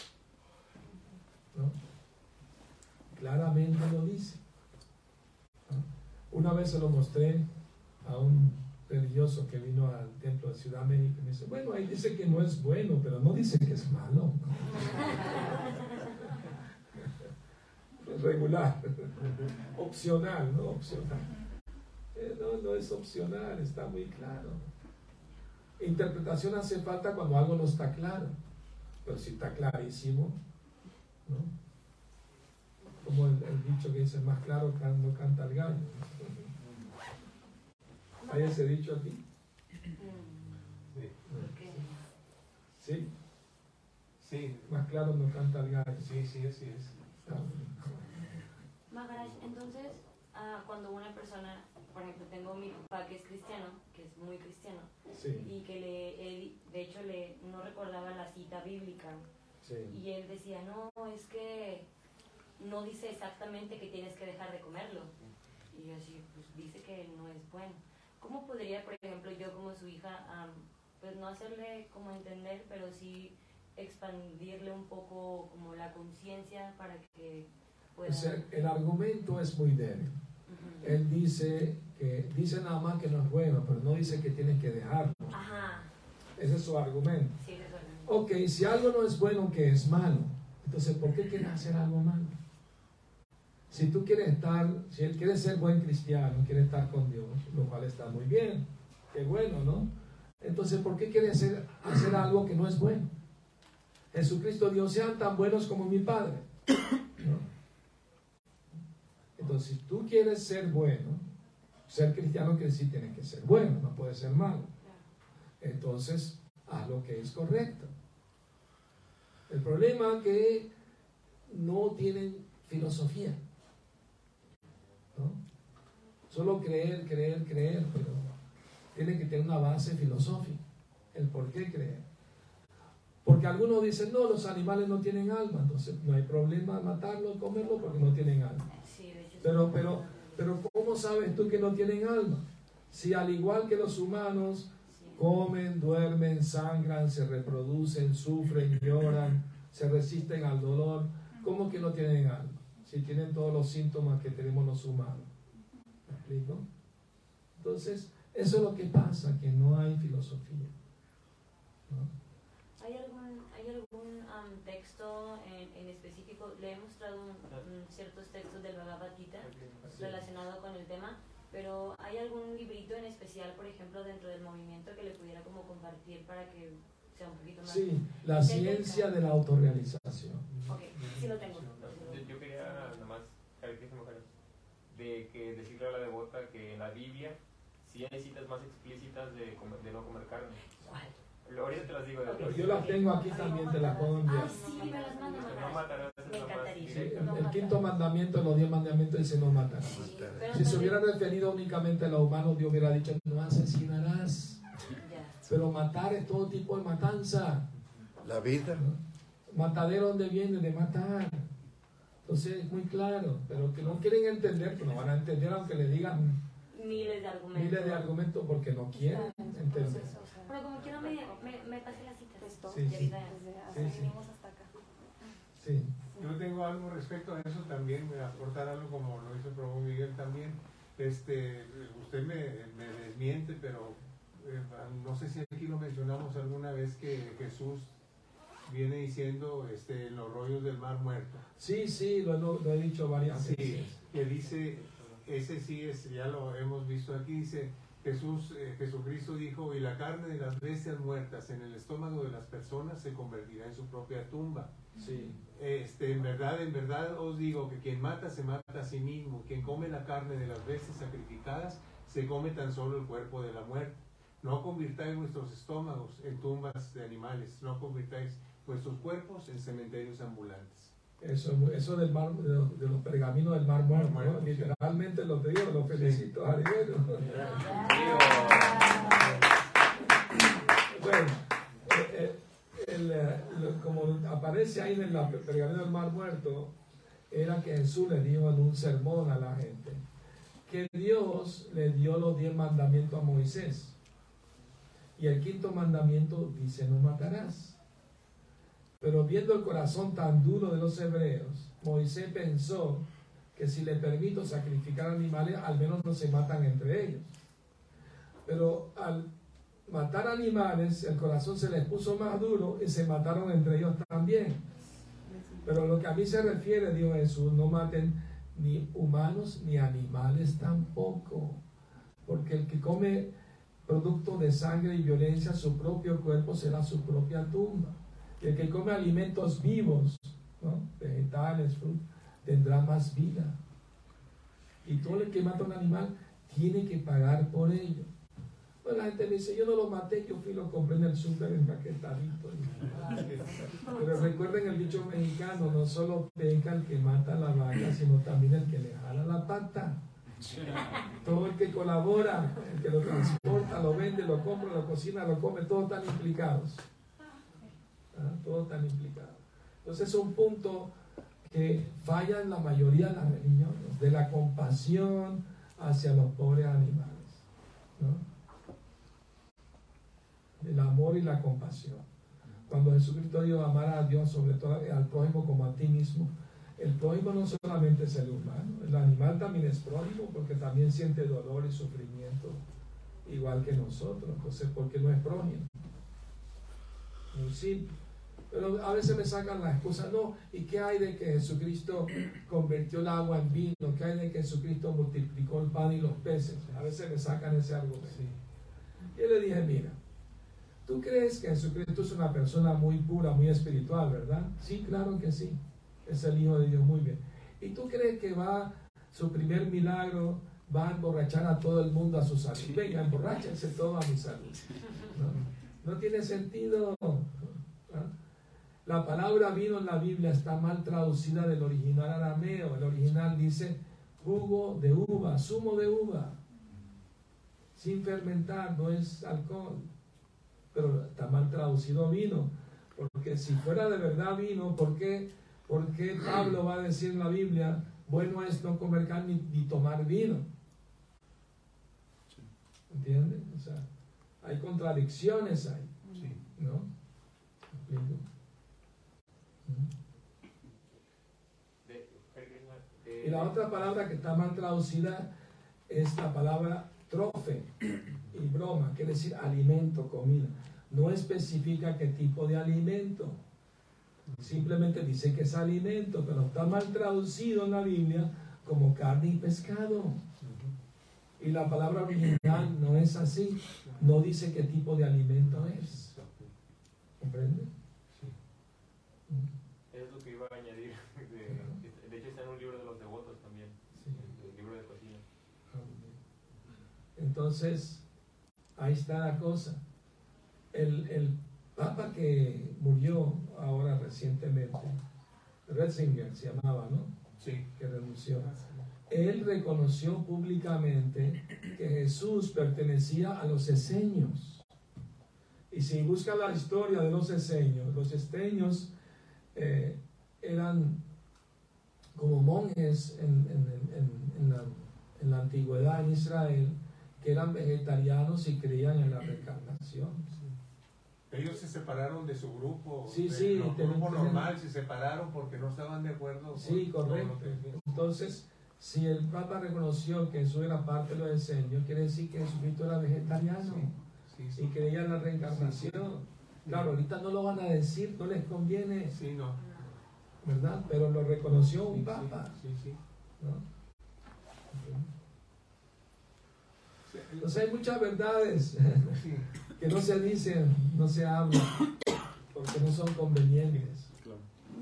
¿no? Claramente lo dice, ¿no? Una vez se lo mostré a un religioso que vino al templo de Ciudad México y me dice, bueno, ahí dice que no es bueno, pero no dice que es malo. Es regular, opcional, ¿no? Opcional. Eh, no, no es opcional, está muy claro. Interpretación hace falta cuando algo no está claro, pero si está clarísimo, ¿no? Como el, el dicho que dice, más claro no canta el gallo. ¿Hay ese dicho aquí? Sí. ¿Sí? Sí. Más claro no canta el gallo. Sí, sí, así es. Ah. Maharaj, entonces, ah, cuando una persona, por ejemplo, tengo a mi papá que es cristiano, que es muy cristiano, Sí. y que le, él, de hecho le, no recordaba la cita bíblica, Sí. y él decía, no, es que no dice exactamente que tienes que dejar de comerlo, y yo así, pues dice que no es bueno. ¿Cómo podría, por ejemplo, yo como su hija, um, pues no hacerle como entender, pero sí expandirle un poco como la conciencia para que pueda... O sea, el argumento es muy débil. Uh-huh. Él dice que dice nada más que no es bueno, pero no dice que tienes que dejarlo. Ajá. Ese es su argumento. Sí, ese es su argumento. Ok, si algo no es bueno, que es malo, entonces ¿por qué quieres hacer algo malo? Si tú quieres estar, si él quiere ser buen cristiano, quiere estar con Dios, lo cual está muy bien, qué bueno, ¿no? Entonces, ¿por qué quiere hacer, hacer algo que no es bueno? Jesucristo dijo, sean tan buenos como mi Padre, ¿no? Entonces, si tú quieres ser bueno, ser cristiano quiere decir tienes que ser bueno, no puede ser malo. Entonces, haz lo que es correcto. El problema es que no tienen filosofía, ¿no? Solo creer, creer, creer, pero tiene que tener una base filosófica, el por qué creer. Porque algunos dicen, no, los animales no tienen alma, entonces no hay problema matarlos, comerlos porque no tienen alma. Sí, de hecho, Pero, pero, pero ¿cómo sabes tú que no tienen alma? Si al igual que los humanos sí. comen, duermen, sangran, se reproducen, sufren, lloran, se resisten al dolor, ¿cómo que no tienen alma? Si tienen todos los síntomas que tenemos los humanos. ¿Me explico? Entonces, eso es lo que pasa, que no hay filosofía, ¿no? ¿Hay algún, hay algún um, texto en, en específico? Le he mostrado un, un ciertos textos del Bhagavad Gita relacionado con el tema, pero ¿hay algún librito en especial, por ejemplo, dentro del movimiento que le pudiera como compartir para que sea un poquito más... Sí, la ciencia de la autorrealización. Ok, sí lo tengo. Yo, yo quería nada más clarificar de que decirle a la devota que en la Biblia sí hay citas más explícitas de, comer, de no comer carne. ¿Cuál? Ahorita te las digo. Pero yo las tengo aquí también, te las puedo enviar. Ah, sí, me las manda. No matarás. Me encantaría. Sí, el, el quinto mandamiento, los diez mandamientos dice no matarás. Sí, Si se hubiera referido únicamente a los humanos, Dios hubiera dicho no asesinarás. Ya. Pero matar es todo tipo de matanza. La vida. ¿No? Matadero, ¿dónde viene? De matar. Entonces es muy claro, pero que no quieren entender, pues no van a entender aunque le digan Miles de argumentos. miles de argumentos porque no quieren entender. Pero como quiera me, me, me pasé la cita. Sí, sí. Desde Sí, sí. venimos hasta acá. Sí. Yo tengo algo respecto a eso también, me aportar algo como lo hizo el Prabhu Miguel también. Este, usted me, me desmiente, pero eh, no sé si aquí lo mencionamos alguna vez que Jesús viene diciendo este, en los rollos del Mar Muerto. Sí, sí, lo, lo, lo he dicho varias Sí, veces. que dice, ese sí es, ya lo hemos visto aquí, dice, Jesús, eh, Jesucristo dijo, y la carne de las bestias muertas en el estómago de las personas se convertirá en su propia tumba. Sí. Este, en verdad, en verdad os digo que quien mata se mata a sí mismo. Quien come la carne de las bestias sacrificadas se come tan solo el cuerpo de la muerte. No convirtáis vuestros estómagos en tumbas de animales, no convirtáis vuestros cuerpos en cementerios ambulantes. Eso, eso del mar, de, los, de los pergaminos del Mar Muerto, Muerto, ¿no? sí. Literalmente lo digo, lo felicito, Sí. Ariel. Bueno, eh, eh, el, eh, lo- como aparece ahí en el pergamino del Mar Muerto, era que Jesús le dijo en un sermón a la gente que Dios le dio los diez mandamientos a Moisés. Y el quinto mandamiento dice, no matarás. Pero viendo el corazón tan duro de los hebreos, Moisés pensó que si le permito sacrificar animales, al menos no se matan entre ellos. Pero al matar animales, el corazón se les puso más duro y se mataron entre ellos también. Pero lo que a mí se refiere, dijo Jesús, no maten ni humanos ni animales tampoco. Porque el que come producto de sangre y violencia, su propio cuerpo será su propia tumba. Y el que come alimentos vivos, ¿no? Vegetales, frutos, tendrá más vida. Y todo el que mata un animal tiene que pagar por ello. Pues la gente me dice, yo no lo maté, yo fui y lo compré en el súper empaquetadito. Pero recuerden el dicho mexicano, no solo peca el que mata a la vaca, sino también el que le jala la pata. Todo el que colabora, el que lo transporta, lo vende, lo compra, lo cocina, lo come, todos están implicados. ¿Ah? Todos están implicados. Entonces es un punto que falla en la mayoría de las religiones, de la compasión hacia los pobres animales, ¿no? El amor y la compasión. Cuando Jesucristo dijo amar a Dios sobre todo al prójimo como a ti mismo, el prójimo no solamente es el humano, el animal también es prójimo porque también siente dolor y sufrimiento igual que nosotros. Entonces, ¿por qué no es prójimo? Muy simple. Pero a veces me sacan la excusa, no, ¿y qué hay de que Jesucristo convirtió el agua en vino? ¿Qué hay de que Jesucristo multiplicó el pan y los peces? A veces me sacan ese argumento. Y yo le dije, mira, ¿tú crees que Jesucristo es una persona muy pura, muy espiritual, verdad? Sí, claro que sí. Es el Hijo de Dios, muy bien. ¿Y tú crees que va, su primer milagro, va a emborrachar a todo el mundo a su salud? Venga, emborráchense todo a mi salud. No, no tiene sentido. ¿No? La palabra vino en la Biblia está mal traducida del original arameo. El original dice jugo de uva, zumo de uva, sin fermentar, no es alcohol. Pero está mal traducido vino, porque si fuera de verdad vino, ¿por qué, por qué Pablo va a decir en la Biblia, bueno es no comer carne ni, ni tomar vino? ¿Entiendes? O sea, hay contradicciones ahí, ¿no? ¿Entiendes? Y la otra palabra que está mal traducida es la palabra trofe y broma, quiere decir alimento, comida. No especifica qué tipo de alimento, simplemente dice que es alimento, pero está mal traducido en la Biblia como carne y pescado. Y la palabra original no es así, no dice qué tipo de alimento es. ¿Comprende? Es lo que iba a añadir. De, de hecho está en un libro de los devotos también, Sí. el libro de cocina. Entonces, ahí está la cosa. El, el papa que murió ahora recientemente, Ratzinger se llamaba, ¿no? Sí. Que renunció. Él reconoció públicamente que Jesús pertenecía a los esenios. Y si busca la historia de los esenios, los esenios eh, eran como monjes en, en, en, en, la, en la antigüedad en Israel, que eran vegetarianos y creían en la reencarnación. Ellos se separaron de su grupo, Sí, de sí, lo- ten- grupo ten- normal, se separaron porque no estaban de acuerdo con Sí, todo correcto. lo que- Entonces, si el Papa reconoció que Jesús era parte de los esenios, quiere decir que Jesucristo era vegetariano Sí, sí, y creía en la reencarnación. Claro, ahorita no lo van a decir, no les conviene, sí, no. ¿verdad? Pero lo reconoció un Sí, Papa, sí, sí, sí. ¿no? Entonces hay muchas verdades Sí. que no se dicen, no se hablan, porque no son convenientes. Claro.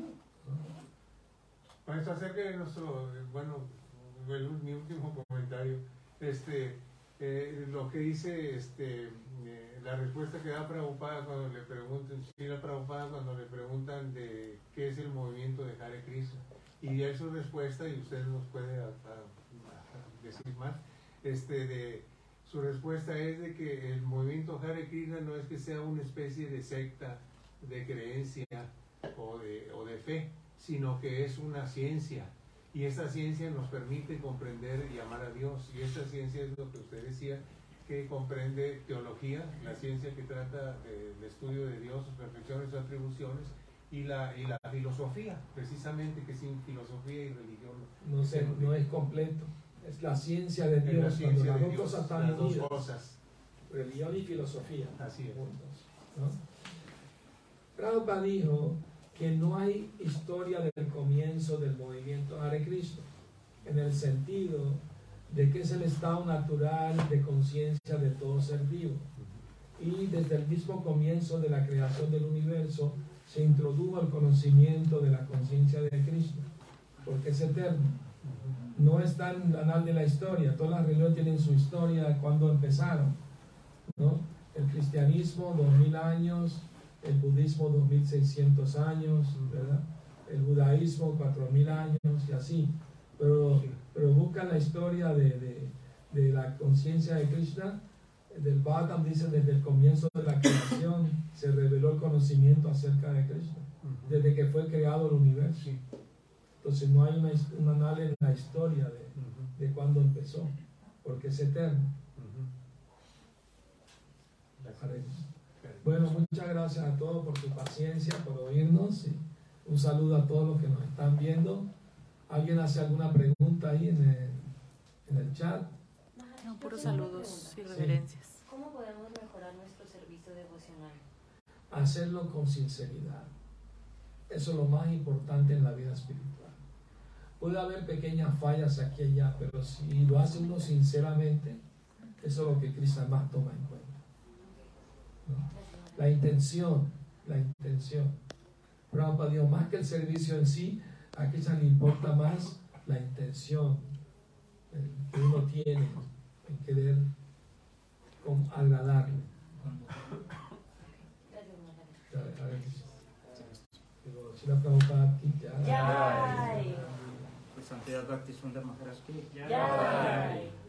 Maestro, acerca de nuestro, bueno, el, mi último comentario, este, eh, lo que dice, este, eh, la respuesta que da Prabhupada cuando le preguntan, sí, la Prabhupada cuando le preguntan de qué es el movimiento de Hare Krishna, y de su respuesta, y usted nos puede a, a, a decir más, este, de su respuesta es de que el movimiento Hare Krishna no es que sea una especie de secta de creencia o de, o de fe, sino que es una ciencia, y esta ciencia nos permite comprender y amar a Dios, y esta ciencia es lo que usted decía, que comprende teología, la ciencia que trata del estudio de Dios, sus perfecciones, sus atribuciones, y la, y la filosofía, precisamente, que sin filosofía y religión No, sé, no es completo. Es la ciencia de es Dios, la ciencia cuando las de dos Dios, cosas están las dos unidas, cosas. religión y filosofía, Así es. juntos, ¿no? Prabhupada dijo que no hay historia del comienzo del movimiento Hare Krishna, en el sentido de que es el estado natural de conciencia de todo ser vivo. Y desde el mismo comienzo de la creación del universo se introdujo el conocimiento de la conciencia de Krishna, porque es eterno. No está en el anal de la historia. Todas las religiones tienen su historia de cuando empezaron, ¿no? El cristianismo, dos mil años, el budismo, dos mil seiscientos años, ¿verdad? El judaísmo, cuatro mil años y así. Pero, pero buscan la historia de, de, de la conciencia de Krishna. Del Bhagavatam dice, desde el comienzo de la creación se reveló el conocimiento acerca de Krishna, desde que fue creado el universo. Sí. Entonces no hay una, un análisis en la historia de, de cuándo empezó, porque es eterno. Bueno, muchas gracias a todos por su paciencia, por oírnos, y un saludo a todos los que nos están viendo. ¿Alguien hace alguna pregunta ahí en el, en el chat? No, puros saludos y reverencias. ¿Cómo podemos mejorar nuestro servicio devocional? Hacerlo con sinceridad. Eso es lo más importante en la vida espiritual. Puede haber pequeñas fallas aquí y allá, pero si lo hace uno sinceramente, eso es lo que Krishna más toma en cuenta, ¿no? La intención, la intención. Prabhupada dijo, más que el servicio en sí, a Krishna le importa más la intención que uno tiene en querer con agradarle. Si la Prabhupada aquí ya. Jai. Santidad Bhakti Sundar Maharaj ki Jai.